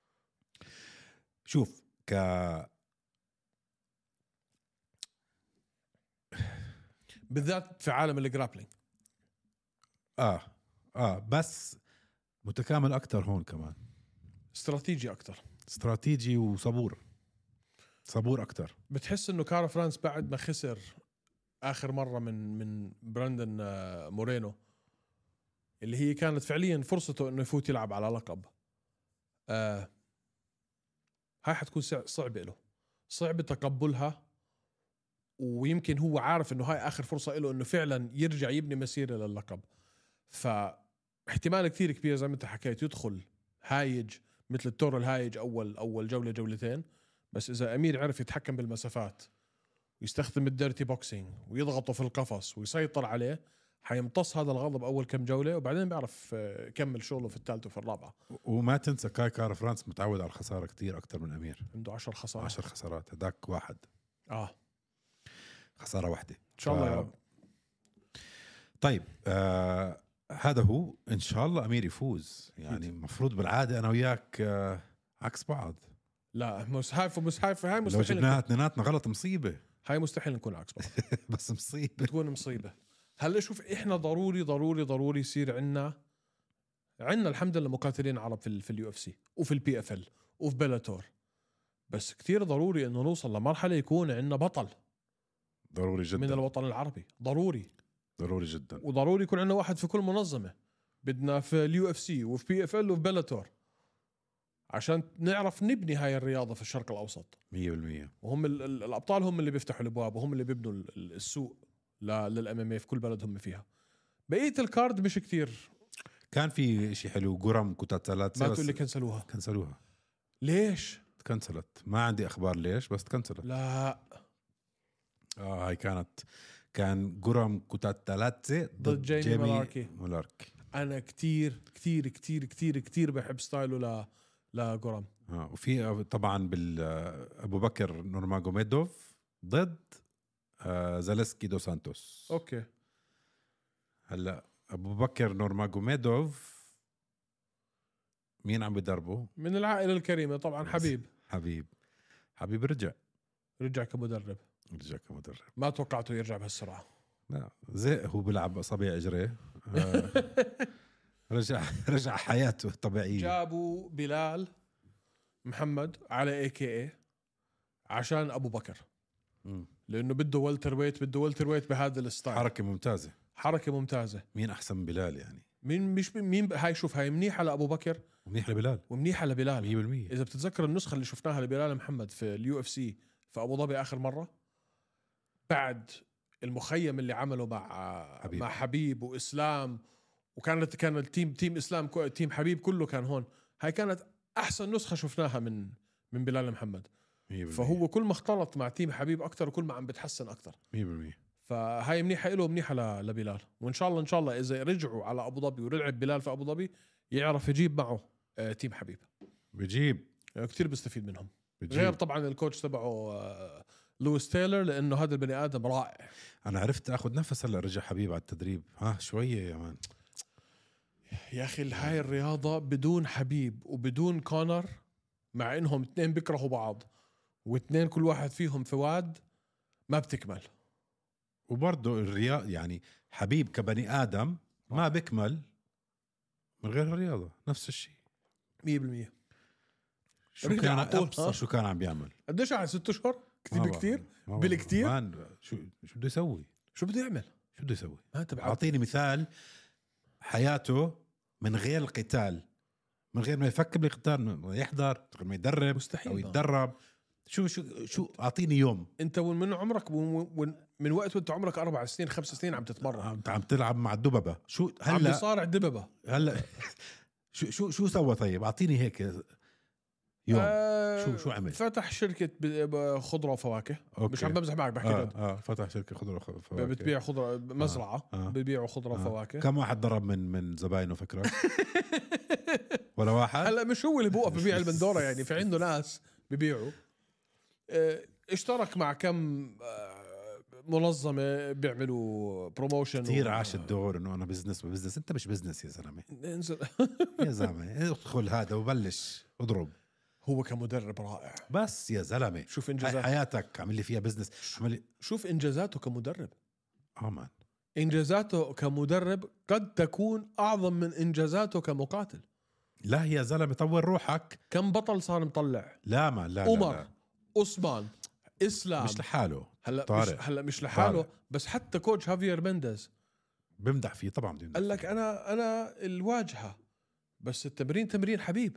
Speaker 3: شوف ك
Speaker 1: بالذات في عالم الجرابلينج
Speaker 3: اه اه بس متكامل اكتر هون، كمان
Speaker 1: استراتيجي اكتر،
Speaker 3: استراتيجي وصبور، صبور اكتر.
Speaker 1: بتحس انه كارا فرانس بعد ما خسر اخر مره من من براندن مورينو اللي هي كانت فعليا فرصته انه يفوت يلعب على لقب. آه هاي حتكون صعبة له، صعب تقبلها، ويمكن هو عارف انه هاي اخر فرصة له انه فعلا يرجع يبني مسيرة للقب. فاحتمال كثير كبير زي ما انت حكيت يدخل هايج مثل التور الهايج اول اول جولة جولتين، بس اذا امير عرف يتحكم بالمسافات ويستخدم الديرتي بوكسينج ويضغطه في القفص ويسيطر عليه، حيمتص هذا الغضب اول كم جولة وبعدين بيعرف يكمل شغله في الثالثة وفي الرابعة.
Speaker 3: وما تنسى كاي كار فرانس متعود على الخسارة كتير أكتر من أمير،
Speaker 1: عنده عشر خسارات.
Speaker 3: عشر خسارات، هداك واحد
Speaker 1: اه
Speaker 3: خسارة واحدة
Speaker 1: ان شاء الله ف... يا رب.
Speaker 3: طيب آه هذا هو ان شاء الله امير يفوز. يعني المفروض بالعاده انا وياك آه عكس بعض.
Speaker 1: لا مش هاي مش هاي هاي مستحيل.
Speaker 3: لو جبناها اثنيناتنا غلط مصيبه.
Speaker 1: هاي مستحيل نكون عكس بعض.
Speaker 3: بس مصيبه
Speaker 1: بتكون مصيبه. هلا شوف احنا ضروري ضروري ضروري يصير عنا عنا الحمد لله مقاتلين عرب في في اليو اف سي وفي البي اف ال وفي بيلاتور، بس كتير ضروري انه نوصل لمرحله يكون عنا بطل.
Speaker 3: ضروري جدا
Speaker 1: من الوطن العربي، ضروري
Speaker 3: ضروري جدا.
Speaker 1: وضروري يكون عندنا واحد في كل منظمه. بدنا في اليو اف سي وفي بي اف ال وفي بيلاتور عشان نعرف نبني هاي الرياضه في الشرق الاوسط
Speaker 3: مية بالمية.
Speaker 1: وهم ال ال الابطال هم اللي بيفتحوا الابواب وهم اللي بيبنوا السوق للام ام اي في كل بلد هم فيها. بقيه الكارد مش كتير.
Speaker 3: كان في شيء حلو جورام كوتاتالاتسي،
Speaker 1: ما تقول لي كنسلوها.
Speaker 3: كنسلوها
Speaker 1: ليش؟
Speaker 3: تكنسلت، ما عندي اخبار ليش بس تكنسلت.
Speaker 1: لا
Speaker 3: اه هاي كانت كان جورام كوتاتالاتسي
Speaker 1: ضد جيمي, جيمي ملاركي.
Speaker 3: ملاركي
Speaker 1: انا كتير كتير كتير كتير كتير بحب ستايله ل لجورام.
Speaker 3: اه وفي طبعا بال ابو بكر نورماغوميدوف ضد آه زالسكي دو سانتوس.
Speaker 1: اوكي
Speaker 3: هلا ابو بكر نورماغوميدوف مين عم بدربه؟
Speaker 1: من العائله الكريمه طبعا. حبيب
Speaker 3: حبيب حبيب رجع
Speaker 1: رجع كمدرب.
Speaker 3: رجع كمدرب.
Speaker 1: ما توقعته يرجع بهالسرعه.
Speaker 3: لا زي هو بيلعب اصابع اجريه. آه رجع رجع حياته طبيعيه.
Speaker 1: جابوا بلال محمد على اي كي اي عشان ابو بكر م. لانه بده والتر ويت بده والتر ويت بهذا الستايل.
Speaker 3: حركه ممتازه
Speaker 1: حركه ممتازه.
Speaker 3: مين احسن من بلال يعني؟
Speaker 1: مين مش مين هاي شوف هاي منيحه لابو بكر
Speaker 3: ومنيحه لبلال
Speaker 1: ومنيحه لبلال
Speaker 3: مية بالمية.
Speaker 1: اذا بتتذكر النسخه اللي شفناها لبلال محمد في اليو اف سي في ابو ظبي اخر مره بعد المخيم اللي عمله مع حبيب. مع حبيب واسلام، وكانت كان التيم تيم اسلام تيم حبيب كله كان هون. هاي كانت احسن نسخه شفناها من من بلال محمد.
Speaker 3: مية بالمية.
Speaker 1: فهو كل ما اختلط مع تيم حبيب اكثر وكل ما عم بتحسن اكثر.
Speaker 3: مية بالمية.
Speaker 1: فهاي منيحه له ومنيحه لبلال، وان شاء الله ان شاء الله اذا رجعوا على ابو ظبي ولعب بلال في ابو ظبي يعرف يجيب معه تيم حبيب.
Speaker 3: بجيب
Speaker 1: يعني كتير بيستفيد منهم.
Speaker 3: بجيب.
Speaker 1: غير طبعا الكوتش تبعه لويس تايلر لانه هذا البني ادم رائع.
Speaker 3: انا عرفت اخذ نفس هلا رجع حبيب على التدريب. ها شويه يا مان
Speaker 1: يا اخي هاي الرياضه بدون حبيب وبدون كونر، مع انهم اثنين بيكرهوا بعض واثنين كل واحد فيهم فواد، ما بتكمل.
Speaker 3: وبرضه الرياض يعني حبيب كبني ادم ما بكمل من غير الرياضه. نفس الشيء
Speaker 1: مية بالمية.
Speaker 3: شو كان ابصر شو كان عم بيعمل؟
Speaker 1: قديش قعد ست اشهر؟ كثير كثير بالكثير.
Speaker 3: شو شو بده يسوي؟
Speaker 1: شو بده يعمل؟
Speaker 3: شو بده يسوي؟
Speaker 1: اعطيني
Speaker 3: مثال حياته من غير القتال، من غير ما يفكر بالقتال، من غير يحضر، من غير ما يدرب
Speaker 1: مستحيل
Speaker 3: او يتدرب. شو شو شو اعطيني يوم.
Speaker 1: انت من عمرك من وقت وانت عمرك اربع سنين خمس سنين عم تتمرن،
Speaker 3: انت عم تلعب مع الدببه. شو
Speaker 1: هلا عم بيصارع دببه
Speaker 3: هلا شو شو شو سوى؟ طيب اعطيني هيك يوم. آه شو شو عمل؟
Speaker 1: فتح شركه خضره وفواكه. أوكي. مش عم بمزح معك بحكي
Speaker 3: آه, اه فتح شركه خضره وفواكه
Speaker 1: بتبيع خضره مزرعه. آه. ببيعوا خضره
Speaker 3: آه.
Speaker 1: وفواكه.
Speaker 3: كم واحد ضرب من من زباينه فكرك؟ ولا واحد؟
Speaker 1: هلا مش هو اللي بوقف ببيع البندوره يعني، في عنده ناس ببيعوا. اه اشترك مع كم منظمه بيعملوا بروموشن.
Speaker 3: كثير و... عاش الدور انه انا بزنس بزنس. انت مش بزنس يا زلمه.
Speaker 1: انزل
Speaker 3: يا زلمه ادخل هذا وبلش اضرب.
Speaker 1: هو كمدرب رائع
Speaker 3: بس يا زلمه
Speaker 1: شوف انجازات
Speaker 3: حياتك عمل لي فيها بزنس. عمل
Speaker 1: شوف انجازاته كمدرب.
Speaker 3: اه مان
Speaker 1: انجازاته كمدرب قد تكون اعظم من انجازاته كمقاتل.
Speaker 3: لا يا زلمه طور روحك.
Speaker 1: كم بطل صار مطلع؟
Speaker 3: لا ما لا
Speaker 1: عمر
Speaker 3: لا لا.
Speaker 1: عثمان اسلام
Speaker 3: مش لحاله
Speaker 1: هلا
Speaker 3: طارق.
Speaker 1: مش هلا مش لحاله
Speaker 3: طارق.
Speaker 1: بس حتى كوتش هافير مينديز
Speaker 3: بمدح فيه طبعا بمدح
Speaker 1: قال لك
Speaker 3: فيه.
Speaker 1: انا انا الواجهه، بس التمرين تمرين حبيب.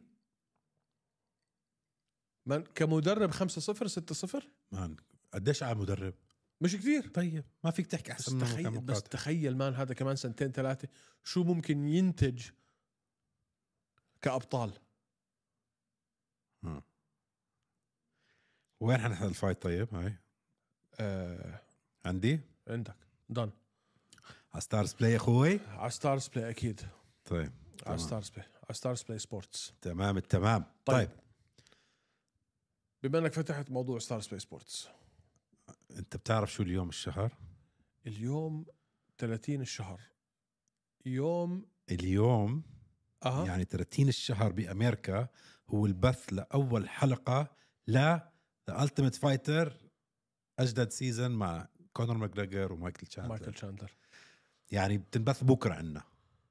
Speaker 1: من كمدرب خمسة صفر ستة صفر
Speaker 3: مان قديش على مدرب؟
Speaker 1: مش كثير.
Speaker 3: طيب ما فيك تحكي
Speaker 1: بس
Speaker 3: احسن منه
Speaker 1: تخيل
Speaker 3: كمقاتل.
Speaker 1: بس تخيل مان هذا كمان سنتين ثلاثه شو ممكن ينتج كأبطال.
Speaker 3: ها. وين حنحضر الفايت طيب؟ هاي
Speaker 1: آه
Speaker 3: عندي
Speaker 1: عندك دون
Speaker 3: على ستارز بلاي اخوي.
Speaker 1: على ستارز بلاي اكيد.
Speaker 3: طيب
Speaker 1: على
Speaker 3: تمام.
Speaker 1: ستارز بلاي على ستارز بلاي سبورتس.
Speaker 3: تمام التمام.
Speaker 1: طيب.
Speaker 3: طيب
Speaker 1: بما انك فتحت موضوع ستارز بلاي سبورتس،
Speaker 3: انت بتعرف شو اليوم الشهر؟
Speaker 1: اليوم ثلاثين الشهر. يوم
Speaker 3: اليوم
Speaker 1: أه.
Speaker 3: يعني ثلاثين الشهر بأمريكا هو البث لأول حلقة ل The Ultimate Fighter أجدد سيزن مع كونر ماكغريغور ومايكل تشاندلر.
Speaker 1: مايكل تشاندلر
Speaker 3: يعني بتنبث بكرة عنا.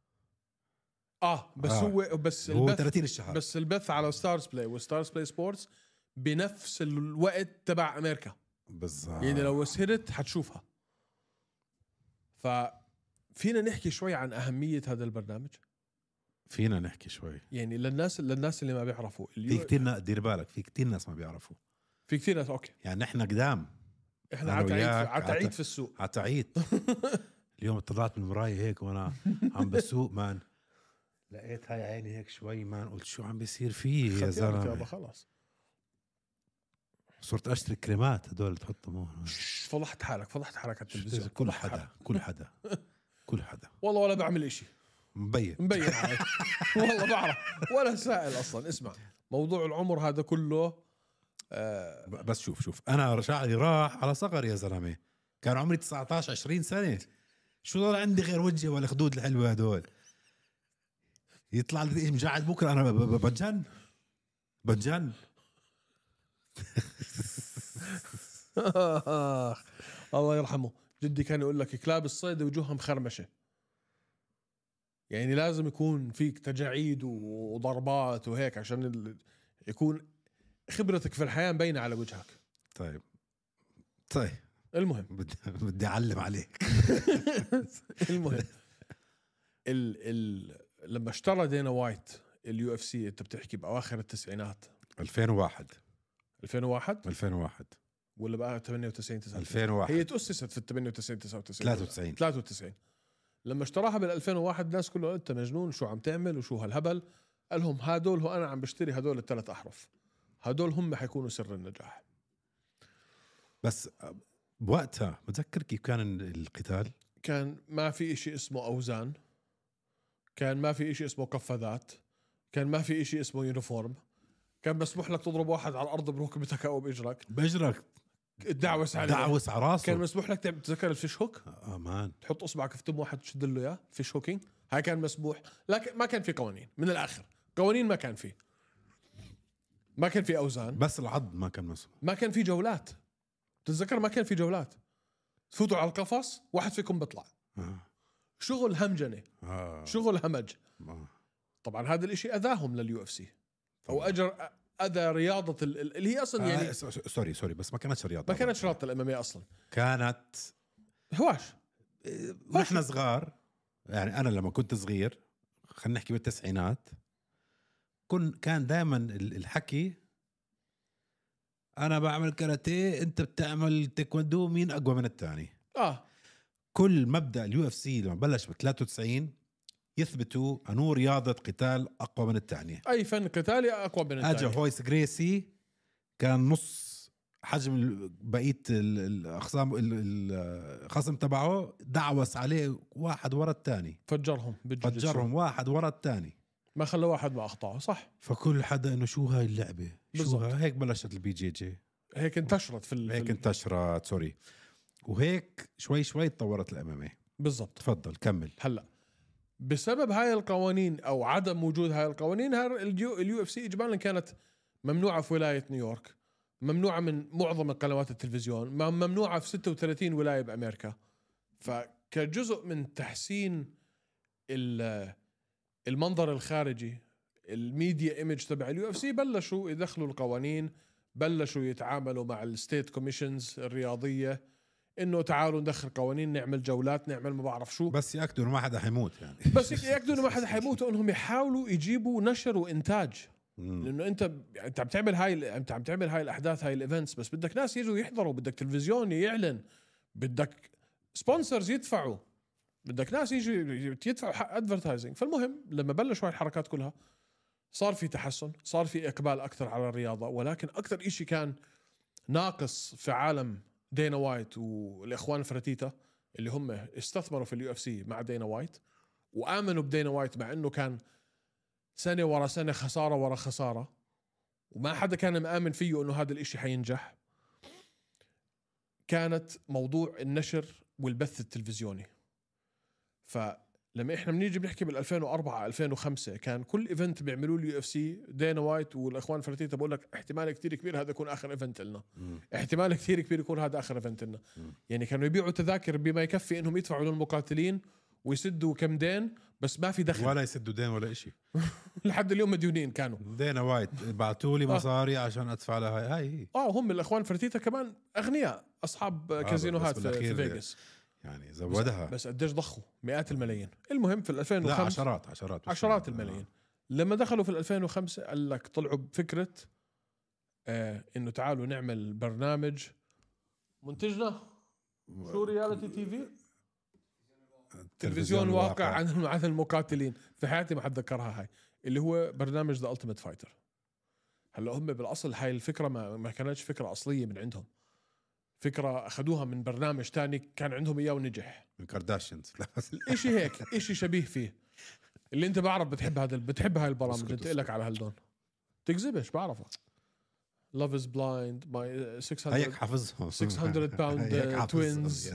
Speaker 1: اه بس
Speaker 3: آه.
Speaker 1: هو بس
Speaker 3: هو
Speaker 1: البث
Speaker 3: ثلاثين الشهر
Speaker 1: بس البث على ستارز بلاي وستارز بلاي سبورتس بنفس الوقت تبع امريكا.
Speaker 3: بالضبط.
Speaker 1: يعني لو سهرت حتشوفها. ففينا نحكي شوي عن أهمية هذا البرنامج.
Speaker 3: فينا نحكي شوي.
Speaker 1: يعني للناس للناس اللي ما بيعرفوا
Speaker 3: في كتير ناس دير بالك في كتير ناس ما بيعرفوا.
Speaker 1: في كتير ناس اوكي
Speaker 3: يعني احنا قدام
Speaker 1: احنا عتعيد عتعيد في السوق
Speaker 3: عتعيد. اليوم طلعت من المراية هيك وانا عم بسوق مان لقيت هاي عيني هيك شوي مان قلت شو عم بيصير فيه يا زلمة.
Speaker 1: خلاص
Speaker 3: صرت اشتري كريمات هدول تحطهم هون.
Speaker 1: فضحت حالك فضحت حالك على التلفزيون.
Speaker 3: كل حدا كل حدا كل حدا
Speaker 1: والله ولا بعمل اشي
Speaker 3: مبين
Speaker 1: مبين علي. والله بعرف ولا سائل اصلا. اسمع موضوع العمر هذا كله آه
Speaker 3: بس شوف شوف انا شعري راح على صغر يا زلمه. كان عمري تسعة عشر عشرين سنه شو ضل عندي غير وجهي ولا خدود الحلوه هدول. يطلع لي ايش مجعد بكره انا بتجن بتجن.
Speaker 1: الله يرحمه جدي كان يقول لك كلاب الصيد وجوههم خرمشه. يعني لازم يكون فيك تجاعيد وضربات وهيك عشان ال... يكون خبرتك في الحياة مبينة على وجهك.
Speaker 3: طيب طيب
Speaker 1: المهم
Speaker 3: بدي بدي اعلم عليك.
Speaker 1: المهم ال ال لما اشترى دينا وايت اليو اف سي انت بتحكي باواخر التسعينات
Speaker 3: ألفين وواحد
Speaker 1: ألفين وواحد
Speaker 3: ألفين وواحد
Speaker 1: ولا بقى ثمانية وتسعين تسعة وتسعين.
Speaker 3: ألفين وواحد
Speaker 1: هي تأسست في ال ثمانية وتسعين تسعة وتسعين
Speaker 3: ثلاثة وتسعين
Speaker 1: ثلاثة وتسعين. لما اشتراها بال ألفين وواحد الناس كله انت مجنون شو عم تعمل وشو هالهبل. قال لهم هدول هو انا عم بشتري هدول الثلاث احرف هدول هم حيكونوا سر النجاح.
Speaker 3: بس بوقتها بتذكر كيف كان القتال.
Speaker 1: كان ما في إشي اسمه أوزان. كان ما في إشي اسمه قفازات. كان ما في إشي اسمه يونيفورم. كان مسموح لك تضرب واحد على الأرض بركبتك أو بإجرك
Speaker 3: بجرك
Speaker 1: دعوس عليه
Speaker 3: دعوس على راسه.
Speaker 1: كان مسموح لك تعمل تذكر الفيش هوك.
Speaker 3: آه مان
Speaker 1: تحط إصبعك في تم واحد تشد له إياه فيش هوكينج. هاي كان مسموح لكن ما كان في قوانين. من الآخر قوانين ما كان في ما كان في أوزان.
Speaker 3: بس العض ما كان مسموح.
Speaker 1: ما كان في جولات. تتذكر ما كان في جولات. تفوتوا على القفص واحد فيكم بيطلع.
Speaker 3: آه.
Speaker 1: شغل همجنة.
Speaker 3: آه.
Speaker 1: شغل همج.
Speaker 3: آه.
Speaker 1: طبعا هذا الاشي اذاهم لليو اف سي او اجر اذى رياضه اللي هي اصلا يعني
Speaker 3: آه سوري سوري بس ما كانتش رياضه.
Speaker 1: ما كانتش رياضه الاماميه اصلا.
Speaker 3: كانت
Speaker 1: هواش.
Speaker 3: نحن صغار يعني انا لما كنت صغير خلينا نحكي بالتسعينات كن كان دائما الحكي انا بعمل كاراتيه انت بتعمل تايكوندو مين اقوى من الثاني.
Speaker 1: اه
Speaker 3: كل مبدا اليو اف سي لما بلش ب ثلاثة وتسعين يثبتوا انه رياضه قتال اقوى من الثانيه.
Speaker 1: اي فن قتالي اقوى من الثاني.
Speaker 3: اجا هويس غريسي كان نص حجم بقيه الاخصام الخصم تبعه دعوس عليه واحد ورا الثاني
Speaker 1: فجرهم
Speaker 3: فجرهم واحد ورا الثاني
Speaker 1: ما خلى واحد ما اخطاه صح.
Speaker 3: فكل حدا انه شو هاي اللعبه شو
Speaker 1: هاي
Speaker 3: هيك بلشت البي جي جي
Speaker 1: هيك انتشرت في ال...
Speaker 3: هيك انتشرت سوري وهيك شوي شوي تطورت الاماميه.
Speaker 1: بالضبط.
Speaker 3: تفضل كمل.
Speaker 1: هلا بسبب هاي القوانين او عدم وجود هاي القوانين اليو اليو اف سي اجمالا كانت ممنوعه في ولايه نيويورك. ممنوعه من معظم قنوات التلفزيون. ممنوعه في ستة وثلاثين ولايه بامريكا. فكجزء من تحسين المنظر الخارجي الميديا ايمج تبع اليو اف سي بلشوا يدخلوا القوانين. بلشوا يتعاملوا مع الستيت كوميشنز الرياضيه انه تعالوا ندخل قوانين، نعمل جولات، نعمل ما بعرف شو،
Speaker 3: بس ياكدوا انه ما حدا حيموت يعني.
Speaker 1: بس ياكدوا انه ما حدا حيموت، وانهم يحاولوا يجيبوا نشر وانتاج. لانه انت انت عم تعمل هاي انت عم تعمل هاي الاحداث، هاي الايفنتس، بس بدك ناس يجوا يحضروا، بدك تلفزيون يعلن، بدك سبونسرز يدفعوا، بدك ناس يجوا يدفعوا حق ادفرتايزنج. فالمهم لما بلشوا هاي الحركات كلها صار في تحسن، صار في اقبال اكثر على الرياضه. ولكن اكثر إشي كان ناقص في عالم دينا وايت والاخوان فراتيتا اللي هم استثمروا في اليو اف سي مع دينا وايت وامنوا بدينا وايت، مع انه كان سنه ورا سنه خساره ورا خساره، وما حدا كان مآمن فيه انه هذا الاشي حينجح. كانت موضوع النشر والبث التلفزيوني. فلما احنا بنيجي بنحكي بال ألفين وأربعة ألفين وخمسة كان كل ايفنت بيعملوه اليو اف سي دينا وايت والاخوان فراتيتا بقول لك احتمال كتير كبير هذا يكون اخر ايفنت لنا، احتمال كتير كبير يكون هذا اخر ايفنت لنا. يعني كانوا يبيعوا تذاكر بما يكفي انهم يدفعوا للمقاتلين ويسدوا كم دين، بس ما في دخل
Speaker 3: ولا يسدوا دين ولا إشي.
Speaker 1: لحد اليوم مديونين كانوا.
Speaker 3: دينا وايت بعتوا لي مصاري آه. عشان ادفع لها هاي هي.
Speaker 1: اه هم الاخوان فراتيتا كمان اغنياء، اصحاب آه كازينوهات في, في فيغاس
Speaker 3: يعني زودها،
Speaker 1: بس, بس قديش ضخوا مئات الملايين. المهم في ألفين وخمسة
Speaker 3: لا عشرات عشرات
Speaker 1: عشرات الملايين. آه. لما دخلوا في ألفين وخمسة قال لك طلعوا بفكرة آه انه تعالوا نعمل برنامج منتجنا شو رياليتي تي في تلفزيون واقع عن عن المقاتلين. في حياتي ما حد ذكرها هاي، اللي هو برنامج ذا ألتيميت فايتر. هلا هم بالاصل هاي الفكره ما, ما كانتش فكره اصليه من عندهم، فكره اخذوها من برنامج تاني كان عندهم اياه ونجح،
Speaker 3: من كارداشيانز.
Speaker 1: اشي هيك اشي شبيه فيه. اللي انت بعرف بتحب هذا بتحب هاي البرامج، انت لك على هالدون تكذبش بعرفها. Love is blind my ستمية
Speaker 3: هيك حافظهم
Speaker 1: ستمية باوند توينز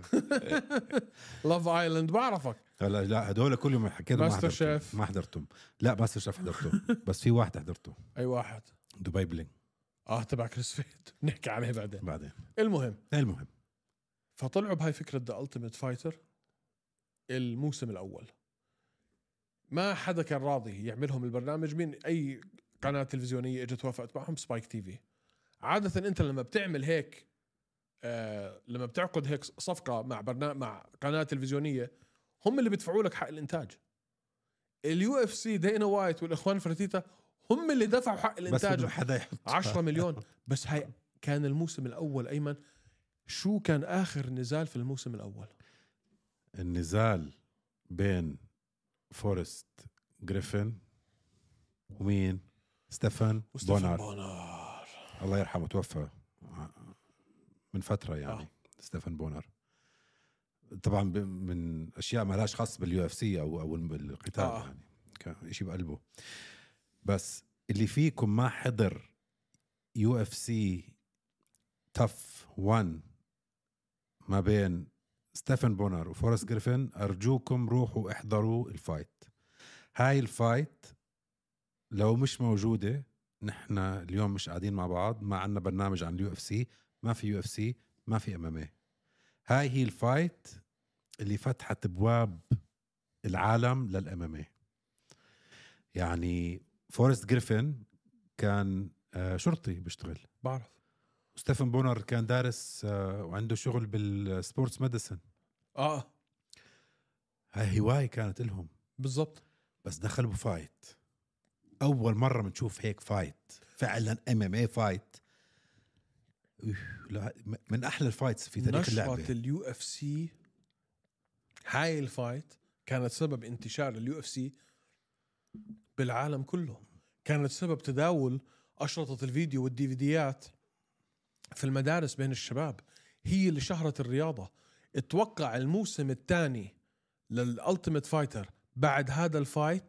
Speaker 1: Love Island بعرفك.
Speaker 3: لا لا هدول كلهم حكينا
Speaker 1: ماستر شيف
Speaker 3: ما حضرتهم. لا ماستر شيف حضرته بس في واحد حضرته.
Speaker 1: اي واحد؟
Speaker 3: دبي بلينج.
Speaker 1: اه تبع كريس فيت نحكي عليه بعدين
Speaker 3: بعدين.
Speaker 1: المهم
Speaker 3: المهم
Speaker 1: فطلعوا بهاي فكرة ذا ألتيميت فايتر. الموسم الأول ما حدا كان راضي يعملهم البرنامج من أي قناة تلفزيونية اجت وافقت معهم. سبايك تي في عادة انت لما بتعمل هيك آه لما بتعقد هيك صفقة مع برنامج مع قناة تلفزيونية هم اللي بيدفعوا لك حق الانتاج. اليو اف سي دينا وايت والاخوان فراتيتا هم اللي دفعوا حق الانتاج عشرة مليون. بس هاي كان الموسم الاول. ايمن شو كان اخر نزال في الموسم الاول؟
Speaker 3: النزال بين فورست جريفن ومين؟ ستيفن بونار.
Speaker 1: بونار
Speaker 3: الله يرحمه توفى من فترة يعني. آه. ستيفن بونار طبعا من اشياء ما لهاش خاص باليو اف سي او او بالقتال آه. يعني كان شيء بقلبه. بس اللي فيكم ما حضر يو اف سي تف واحد ما بين ستيفن بونار وفورست جريفن ارجوكم روحوا احضروا الفايت. هاي الفايت لو مش موجودة نحن اليوم مش قاعدين مع بعض، ما عنا برنامج عن اليو اف سي، ما في يو اف سي، ما في ام ام اي. هاي هي الفايت اللي فتحت ابواب العالم للام ام اي. يعني فورست جريفن كان شرطي بيشتغل
Speaker 1: بعرف،
Speaker 3: ستيفن بونر كان دارس وعنده شغل بالسبورتس ميديسن. اه هاي هواية كانت لهم بالضبط. بس دخلوا بفايت اول مرة بنشوف هيك فايت فعلا ام ام اي فايت. لا من احلى الفايتس في تاريخ اللعبة.
Speaker 1: نشرة اليو اف سي هاي الفايت كانت سبب انتشار اليو اف سي بالعالم كله، كانت سبب تداول أشرطة الفيديو والدي في ديات في المدارس بين الشباب، هي اللي شهرت الرياضة. اتوقع الموسم الثاني للألتيميت فايتر بعد هذا الفايت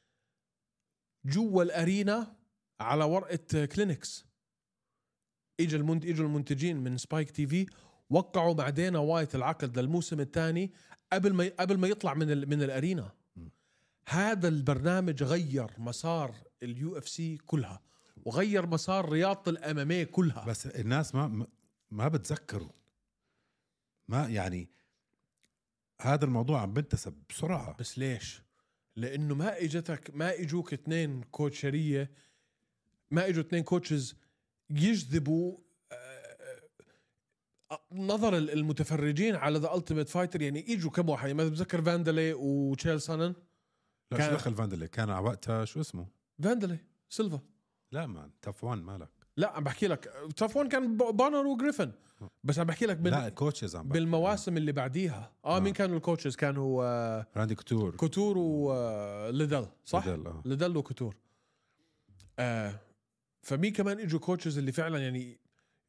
Speaker 1: جوا الأرينا على ورقة كلينكس اجوا المنت... اجوا المنتجين من سبايك تي في وقعوا مع دينا وايت العقد للموسم الثاني قبل ما قبل ما يطلع من ال... من الأرينا. هذا البرنامج غير مسار اليو اف سي كلها وغير مسار رياضة الأمامية كلها.
Speaker 3: بس الناس ما ما بتذكروا، ما يعني هذا الموضوع عم بنتسب بسرعة.
Speaker 1: بس ليش؟ لأنه ما إجتك ما إجوك اثنين كوتشرية، ما إجوا اثنين كوتشز يجذبوا نظر المتفرجين على ذا التيميت فايتر يعني اجوا كم واحد ما بتذكر فاندلي وتشيل سانن.
Speaker 3: لا
Speaker 1: كان-
Speaker 3: شو دخل فاندلي كان على وقتها شو اسمه؟
Speaker 1: فاندلي سيلفا.
Speaker 3: لا مان تاف وان مالك.
Speaker 1: لا عم بحكي لك توف وان كان ب- بانر وجريفن، بس عم بحكي لك بال...
Speaker 3: لا كوتشز عم بحكي.
Speaker 1: بالمواسم اللي بعديها اه,
Speaker 3: آه.
Speaker 1: مين كانوا الكوتشز؟ كانوا آه
Speaker 3: راندي كوتور
Speaker 1: كوتور وليدل صح؟
Speaker 3: بدل، آه.
Speaker 1: ليدل وكوتور. آه فمين كمان اجوا كوتشز اللي فعلا يعني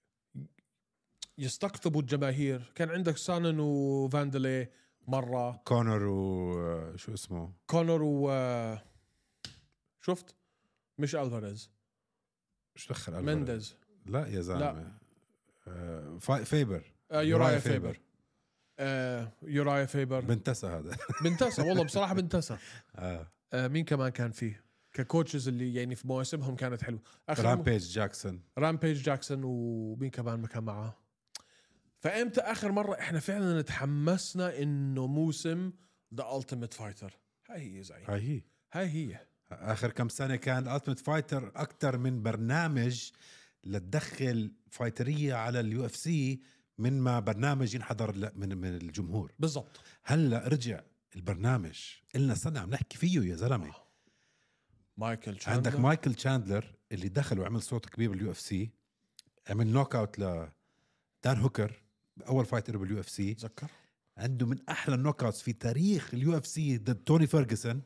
Speaker 1: يستقطبوا الجماهير؟ كان عندك سانن وفاندلي مرة،
Speaker 3: كونر وشو اسمه
Speaker 1: كونر و شفت مش الفاريز،
Speaker 3: شو دخل ألفاريز؟
Speaker 1: مندز،
Speaker 3: لا يا زلمه
Speaker 1: لا.
Speaker 3: آه فا- فيبر
Speaker 1: آه يورايا فيبر، آه يورايا فيبر
Speaker 3: بنتسى هذا.
Speaker 1: بنتسى والله بصراحة بنتسى.
Speaker 3: آه.
Speaker 1: آه مين كمان كان فيه ككوتشز اللي يعني في مواسمهم كانت حلوة؟ آخر
Speaker 3: رامبيج جاكسون.
Speaker 1: رامبيج جاكسون، ومين كمان ما كان معاه؟ فامتى اخر مره احنا فعلا تحمسنا انه موسم ذا التيميت فايتر؟ هاي هي زعيم،
Speaker 3: هاي هي
Speaker 1: هاي هي
Speaker 3: اخر كم سنه كان التيميت فايتر اكثر من برنامج لتدخل فايتريه على اليو اف سي من ما برنامج ينحضر ل- من من الجمهور.
Speaker 1: بالضبط.
Speaker 3: هلا رجع البرنامج إلنا سنه عم نحكي فيه يا زلمه.
Speaker 1: مايكل
Speaker 3: عندك
Speaker 1: تشاندلر.
Speaker 3: مايكل تشاندلر اللي دخل وعمل صوت كبير باليو اف سي، عمل نوك اوت ل دان هوكر اول فايتر باليو اف سي.
Speaker 1: تذكر
Speaker 3: عنده من احلى النوك اوتس في تاريخ اليو اف سي ضد توني فيرغسون.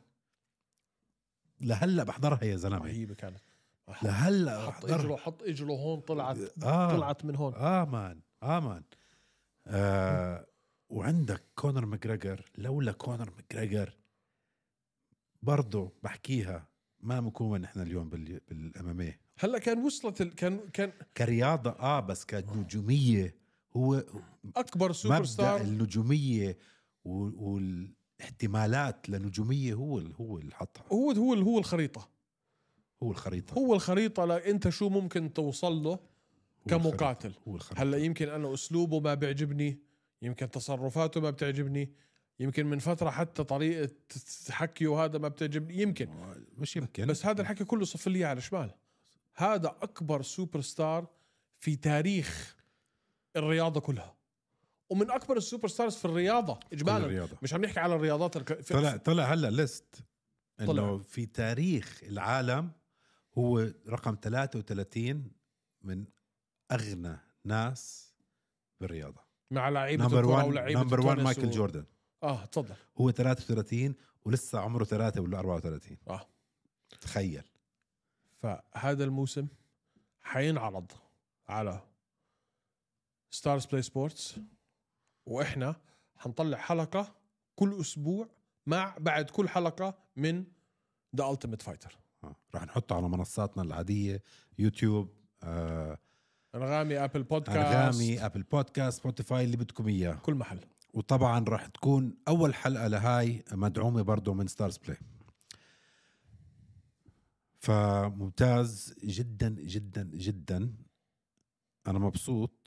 Speaker 3: لهلا بحضرها يا زلمه،
Speaker 1: رهيبه كانت.
Speaker 3: لهلا
Speaker 1: حط
Speaker 3: بحضرها.
Speaker 1: اجره حط اجره هون، طلعت
Speaker 3: آه.
Speaker 1: طلعت من هون.
Speaker 3: اه مان اه مان آه وعندك كونر ماجريجر. لولا كونر ماجريجر برضه بحكيها ما بنكون نحن اليوم بال بالاماميه.
Speaker 1: هلا كان وصلت ال... كان كان
Speaker 3: كرياضه اه بس كنجوميه هو
Speaker 1: اكبر سوبر
Speaker 3: مبدأ
Speaker 1: ستار.
Speaker 3: النجوميه و- والاحتمالات لنجوميه هو ال- هو اللي حطها.
Speaker 1: هو هو هو الخريطه،
Speaker 3: هو الخريطه
Speaker 1: هو الخريطه لانت شو ممكن توصل له
Speaker 3: هو
Speaker 1: كمقاتل.
Speaker 3: الخريطة. هو الخريطة.
Speaker 1: هلا يمكن انا اسلوبه ما بيعجبني، يمكن تصرفاته ما بتعجبني، يمكن من فتره حتى طريقه حكيه هذا ما بتعجبني، يمكن
Speaker 3: مش يمكن
Speaker 1: بس هذا الحكي كله صف لي على الشمال. هذا اكبر سوبر ستار في تاريخ الرياضه كلها، ومن اكبر السوبر ستارز في الرياضه اجمالا.
Speaker 3: الرياضة.
Speaker 1: مش عم نحكي على الرياضات الك... في...
Speaker 3: طلع طلع هلا ليست انه
Speaker 1: طلع.
Speaker 3: في تاريخ العالم هو رقم ثلاثة وثلاثين من اغنى ناس بالرياضه.
Speaker 1: مع لعيبه
Speaker 3: نمبر
Speaker 1: الكره
Speaker 3: واحد
Speaker 1: ولاعيبه
Speaker 3: نمبر واحد
Speaker 1: التنس
Speaker 3: مايكل
Speaker 1: و...
Speaker 3: جوردن
Speaker 1: اه تفضل.
Speaker 3: هو ثلاثة وثلاثين ولسه عمره ثلاثة ولا أربعة وثلاثين.
Speaker 1: اه
Speaker 3: تخيل.
Speaker 1: فهذا الموسم حينعرض على ستارز بلاي سبورتس، واحنا حنطلع حلقه كل اسبوع مع بعد كل حلقه من ذا التيميت فايتر.
Speaker 3: آه. راح نحطه على منصاتنا العاديه يوتيوب، آه
Speaker 1: انغامي، ابل بودكاست،
Speaker 3: انغامي، ابل بودكاست، سبوتيفاي، اللي بدكم اياه.
Speaker 1: كل محل.
Speaker 3: وطبعا راح تكون اول حلقه لهاي مدعومه برضو من ستارز بلاي. فممتاز جدا جدا جدا. انا مبسوط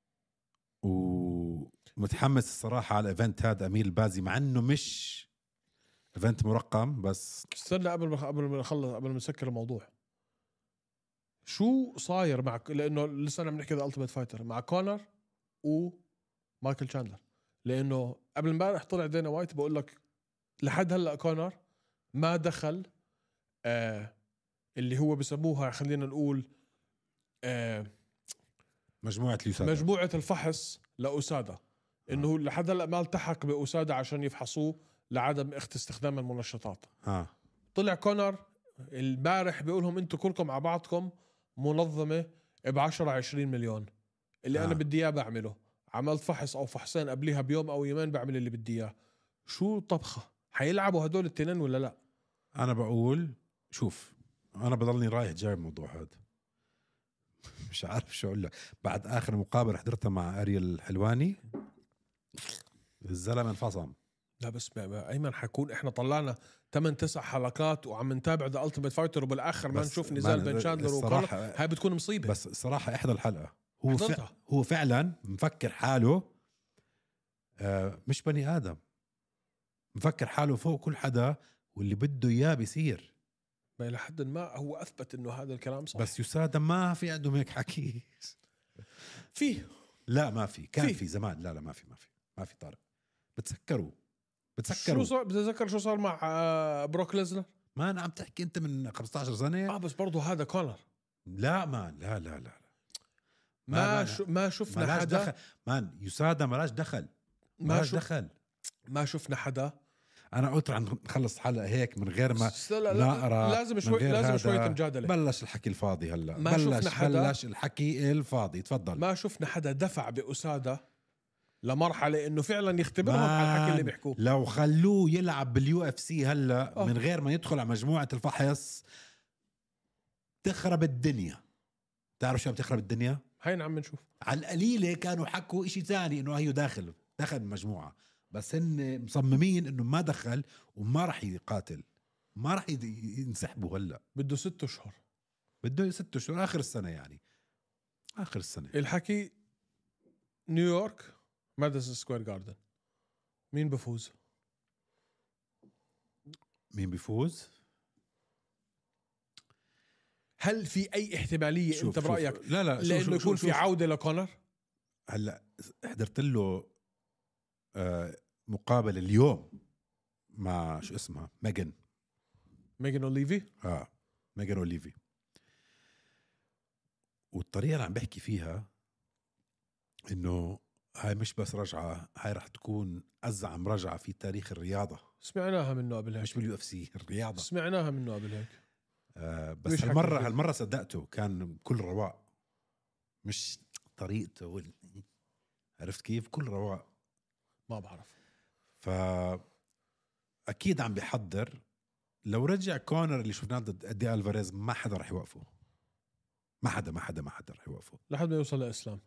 Speaker 3: ومتحمس الصراحه على الايفنت هذا امير البازي، مع انه مش ايفنت مرقم. بس
Speaker 1: استنى قبل ما قبل ما نخلص قبل ما نسكر الموضوع، شو صاير مع لانه لسه انا بنحكي ذا التيميت فايتر مع كونر ومايكل تشاندلر، لانه قبل امبارح طلع دينا وايت بقول لك لحد هلا كونر ما دخل آه اللي هو بسموها خلينا نقول آه
Speaker 3: مجموعه اليوسادا،
Speaker 1: مجموعه الفحص لأوسادا، انه لحد هلا ما التحق بأوسادا عشان يفحصوه لعدم استخدام المنشطات.
Speaker 3: ها
Speaker 1: طلع كونر البارح بيقولهم انتوا كلكم مع بعضكم منظمه ب عشرة عشرين مليون، اللي
Speaker 3: آه.
Speaker 1: انا بدي اياه بعمله. عملت فحص او فحصين قبليها بيوم او يومين، بعمل اللي بدي اياه. شو طبخه؟ حيلعبوا هدول التنين ولا لا؟
Speaker 3: انا بقول شوف، انا بضلني رايح جاي الموضوع هذا. مش عارف شو اقول لك. بعد اخر مقابله حضرتها مع اريل الحلواني الزلمه انفصم.
Speaker 1: لا بس ايمن حكون احنا طلعنا ثمان تسع حلقات وعم نتابع ذا التيميت فايتر، وبالاخر ما
Speaker 3: بس
Speaker 1: نشوف نزال
Speaker 3: ما-
Speaker 1: بين شاندلر وكونر.
Speaker 3: الصراحة-
Speaker 1: هاي بتكون مصيبه.
Speaker 3: بس صراحه احدى الحلقه هو
Speaker 1: حضرتها.
Speaker 3: فع هو فعلا مفكر حاله آه مش بني ادم، مفكر حاله فوق كل حدا واللي بده اياه بيصير.
Speaker 1: ما الى حد ما هو اثبت انه هذا الكلام صح.
Speaker 3: بس يسادا ما في عندهم هيك حكي.
Speaker 1: فيه
Speaker 3: لا ما في كان
Speaker 1: في.
Speaker 3: في زمان لا لا ما في ما في ما في طارق بتسكروا
Speaker 1: شو
Speaker 3: بتسكروا
Speaker 1: صار بتذكر شو صار مع آه، بروك ليزنر؟
Speaker 3: ما انا عم تحكي انت من خمسة عشر سنه
Speaker 1: اه بس برضه هذا كونر
Speaker 3: لا مان لا لا لا, لا.
Speaker 1: ما
Speaker 3: ما-
Speaker 1: ما, شو ما شفنا
Speaker 3: مالاش
Speaker 1: حدا
Speaker 3: دخل مان يسادا مالاش دخل
Speaker 1: ما
Speaker 3: مالاش
Speaker 1: شو
Speaker 3: دخل
Speaker 1: ما شفنا حدا
Speaker 3: انا قلت رح نخلص حلقه هيك من غير ما
Speaker 1: س- لا لا
Speaker 3: نقرا
Speaker 1: لازم
Speaker 3: من
Speaker 1: شوي
Speaker 3: غير
Speaker 1: لازم
Speaker 3: هذا.
Speaker 1: شوية مجادلة.
Speaker 3: بلش الحكي الفاضي هلا
Speaker 1: ما
Speaker 3: بلش
Speaker 1: شفنا حدا-
Speaker 3: بلش الحكي الفاضي تفضل
Speaker 1: ما شفنا حدا دفع بأسادة لمرحلة انه فعلا يختبرهم على الحكي اللي
Speaker 3: مان،
Speaker 1: بيحكوه.
Speaker 3: لو خلوه يلعب باليو اف سي هلا
Speaker 1: آه.
Speaker 3: من غير ما يدخل على مجموعه الفحص تخرب الدنيا. تعرف شو بتخرب الدنيا؟
Speaker 1: هين عم نشوف
Speaker 3: على القليله كانوا حكوا إشي ثاني انه هيو داخل دخل المجموعه، بس هن مصممين انه ما دخل وما راح يقاتل، ما راح يد- ينسحبوا هلا،
Speaker 1: بده ست اشهر
Speaker 3: بده ست شهور اخر السنه يعني اخر السنه.
Speaker 1: الحكي. نيويورك ماديسون سكوير جاردن، مين بفوز؟
Speaker 3: مين بيفوز؟
Speaker 1: هل في اي احتمالية
Speaker 3: شوف
Speaker 1: انت برأيك
Speaker 3: شوف. لا لا شوف
Speaker 1: لانه
Speaker 3: شوف
Speaker 1: يكون
Speaker 3: شوف
Speaker 1: في
Speaker 3: شوف.
Speaker 1: عودة لكونر؟
Speaker 3: هلا حضرت له آه مقابل اليوم مع شو اسمها ميغان
Speaker 1: ميغان اوليفي.
Speaker 3: اه ميغان اوليفي، والطريقه اللي عم بحكي فيها انه هاي مش بس رجعه، هاي رح تكون ازعم رجعه في تاريخ الرياضه،
Speaker 1: سمعناها منه قبل هيك
Speaker 3: مش باليو اف سي الرياضه.
Speaker 1: سمعناها منه قبل هيك
Speaker 3: آه
Speaker 1: مش
Speaker 3: بس
Speaker 1: حكي
Speaker 3: هالمره
Speaker 1: فيه.
Speaker 3: هالمره صدقته، كان بكل رواق، مش طريقته وال... عرفت كيف؟ كل رواق.
Speaker 1: ما بعرف.
Speaker 3: ف اكيد عم بيحضر. لو رجع كونر اللي شفناه ضد ادي الفاريز ما حدا رح يوقفه، ما حدا ما حدا ما حدا رح يوقفه.
Speaker 1: لحد ما يوصل لإسلام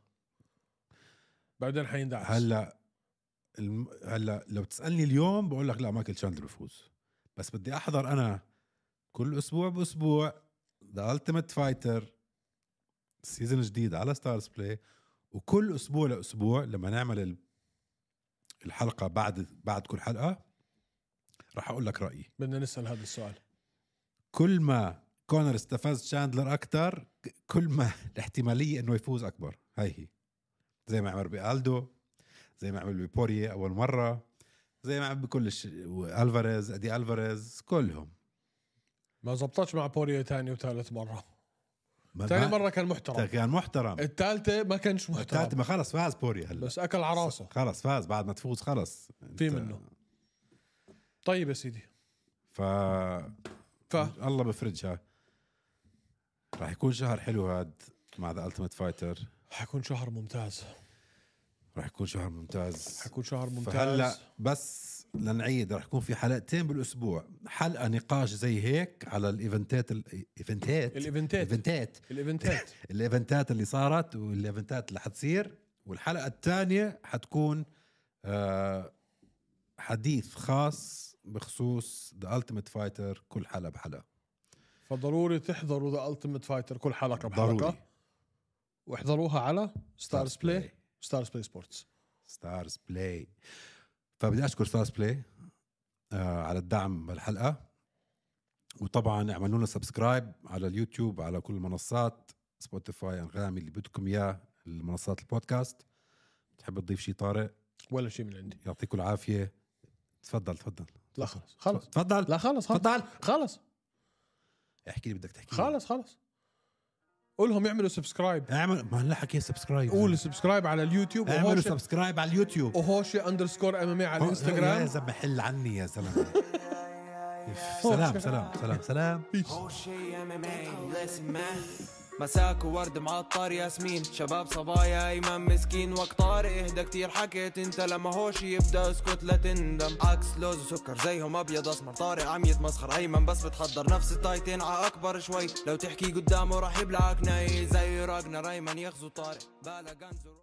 Speaker 1: بعدين حيندعس.
Speaker 3: هلا الم... هلا لو تسالني اليوم بقول لك لا مايكل تشاندلر بفوز، بس بدي احضر انا كل اسبوع باسبوع ذا التيميت فايتر سيزون جديد على ستارز بلاي، وكل اسبوع لاسبوع لما نعمل ال- الحلقه بعد بعد كل حلقه راح اقول لك رايي.
Speaker 1: بدنا نسأل هذا السؤال.
Speaker 3: كل ما كونر استفز تشاندلر اكثر كل ما الاحتماليه انه يفوز اكبر. هاي هي زي ما عمل بألدو، زي ما عمل ببوريه اول مره، زي ما عمل بكل الش... الفاريز ادي الفاريز كلهم.
Speaker 1: ما زبطتش مع بوريا تاني وثالث مرة.
Speaker 3: ما-
Speaker 1: تاني
Speaker 3: ما-
Speaker 1: مرة كان محترم،
Speaker 3: كان محترم.
Speaker 1: الثالثة ما كانش
Speaker 3: الثالث
Speaker 1: محترم
Speaker 3: ما خلص فاز بوريا هلا،
Speaker 1: بس أكل عراسه.
Speaker 3: خلص فاز بعد ما تفوز خلص
Speaker 1: في
Speaker 3: أنت-
Speaker 1: منه. طيب يا سيدي،
Speaker 3: ف
Speaker 1: ف
Speaker 3: الله بفرجها. راح يكون شهر حلو هاد مع ذا التيميت فايتر،
Speaker 1: حيكون شهر ممتاز،
Speaker 3: راح يكون شهر ممتاز.
Speaker 1: حيكون شهر ممتاز.
Speaker 3: فهلا بس لنعيد راح يكون في حلقتين بالاسبوع، حلقه نقاش زي هيك على الايفنتات الايفنتات
Speaker 1: الايفنتات
Speaker 3: الايفنتات
Speaker 1: الايفنتات
Speaker 3: الايفنتات اللي صارت والايفنتات اللي حتصير. والحلقه الثانيه حتكون آه حديث خاص بخصوص ذا التيميت فايتر كل حلقه بحلقه.
Speaker 1: فضروري تحضروا ذا التيميت فايتر كل حلقة
Speaker 3: ضروري.
Speaker 1: بحلقة، واحضروها على ستارز
Speaker 3: Stars
Speaker 1: بلاي
Speaker 3: Play.
Speaker 1: ستارز بلاي سبورتس.
Speaker 3: ستارز بلاي. فبدي اشكر ستارز بلاي آه على الدعم بالحلقه، وطبعا اعملوا لنا سبسكرايب على اليوتيوب على كل المنصات، سبوتيفاي، انغامي، اللي بدكم اياه، المنصات البودكاست. تحب تضيف شيء طارق؟
Speaker 1: ولا شيء من عندي.
Speaker 3: يعطيكم العافيه. تفضل تفضل
Speaker 1: لا خلص خلص
Speaker 3: تفضل
Speaker 1: لا خلص خلص
Speaker 3: تفضل
Speaker 1: خلص
Speaker 3: احكي لي بدك تحكي.
Speaker 1: خلص خلص قولهم يعملوا سبسكرايب.
Speaker 3: اعمل ما هلا حكي سبسكرايب.
Speaker 1: قول سبسكرايب على اليوتيوب،
Speaker 3: اعملوا
Speaker 1: وهوشي
Speaker 3: سبسكرايب على اليوتيوب،
Speaker 1: وهوشي اندرسكور ام ام اي على
Speaker 3: يا
Speaker 1: الانستغرام.
Speaker 3: زلمه حل عني يا زلمه. سلام سلام سلام سلام.
Speaker 2: هوشي ام ام اي listen man. مساك وورد معطر ياسمين، شباب صبايا ايمن مسكين، وقت طارق اهدى كتير حكيت انت، لما هوشي يبدا اسكت لا تندم. عكس لوز وسكر زيهم ابيض اسمر، طارق عم يتمسخر، ايمن بس بتحضر نفس التايتين ع اكبر شوي، لو تحكي قدامه راح يبلعك ناي زي راجنا. ايمن يغزو طارق بالا غنزو.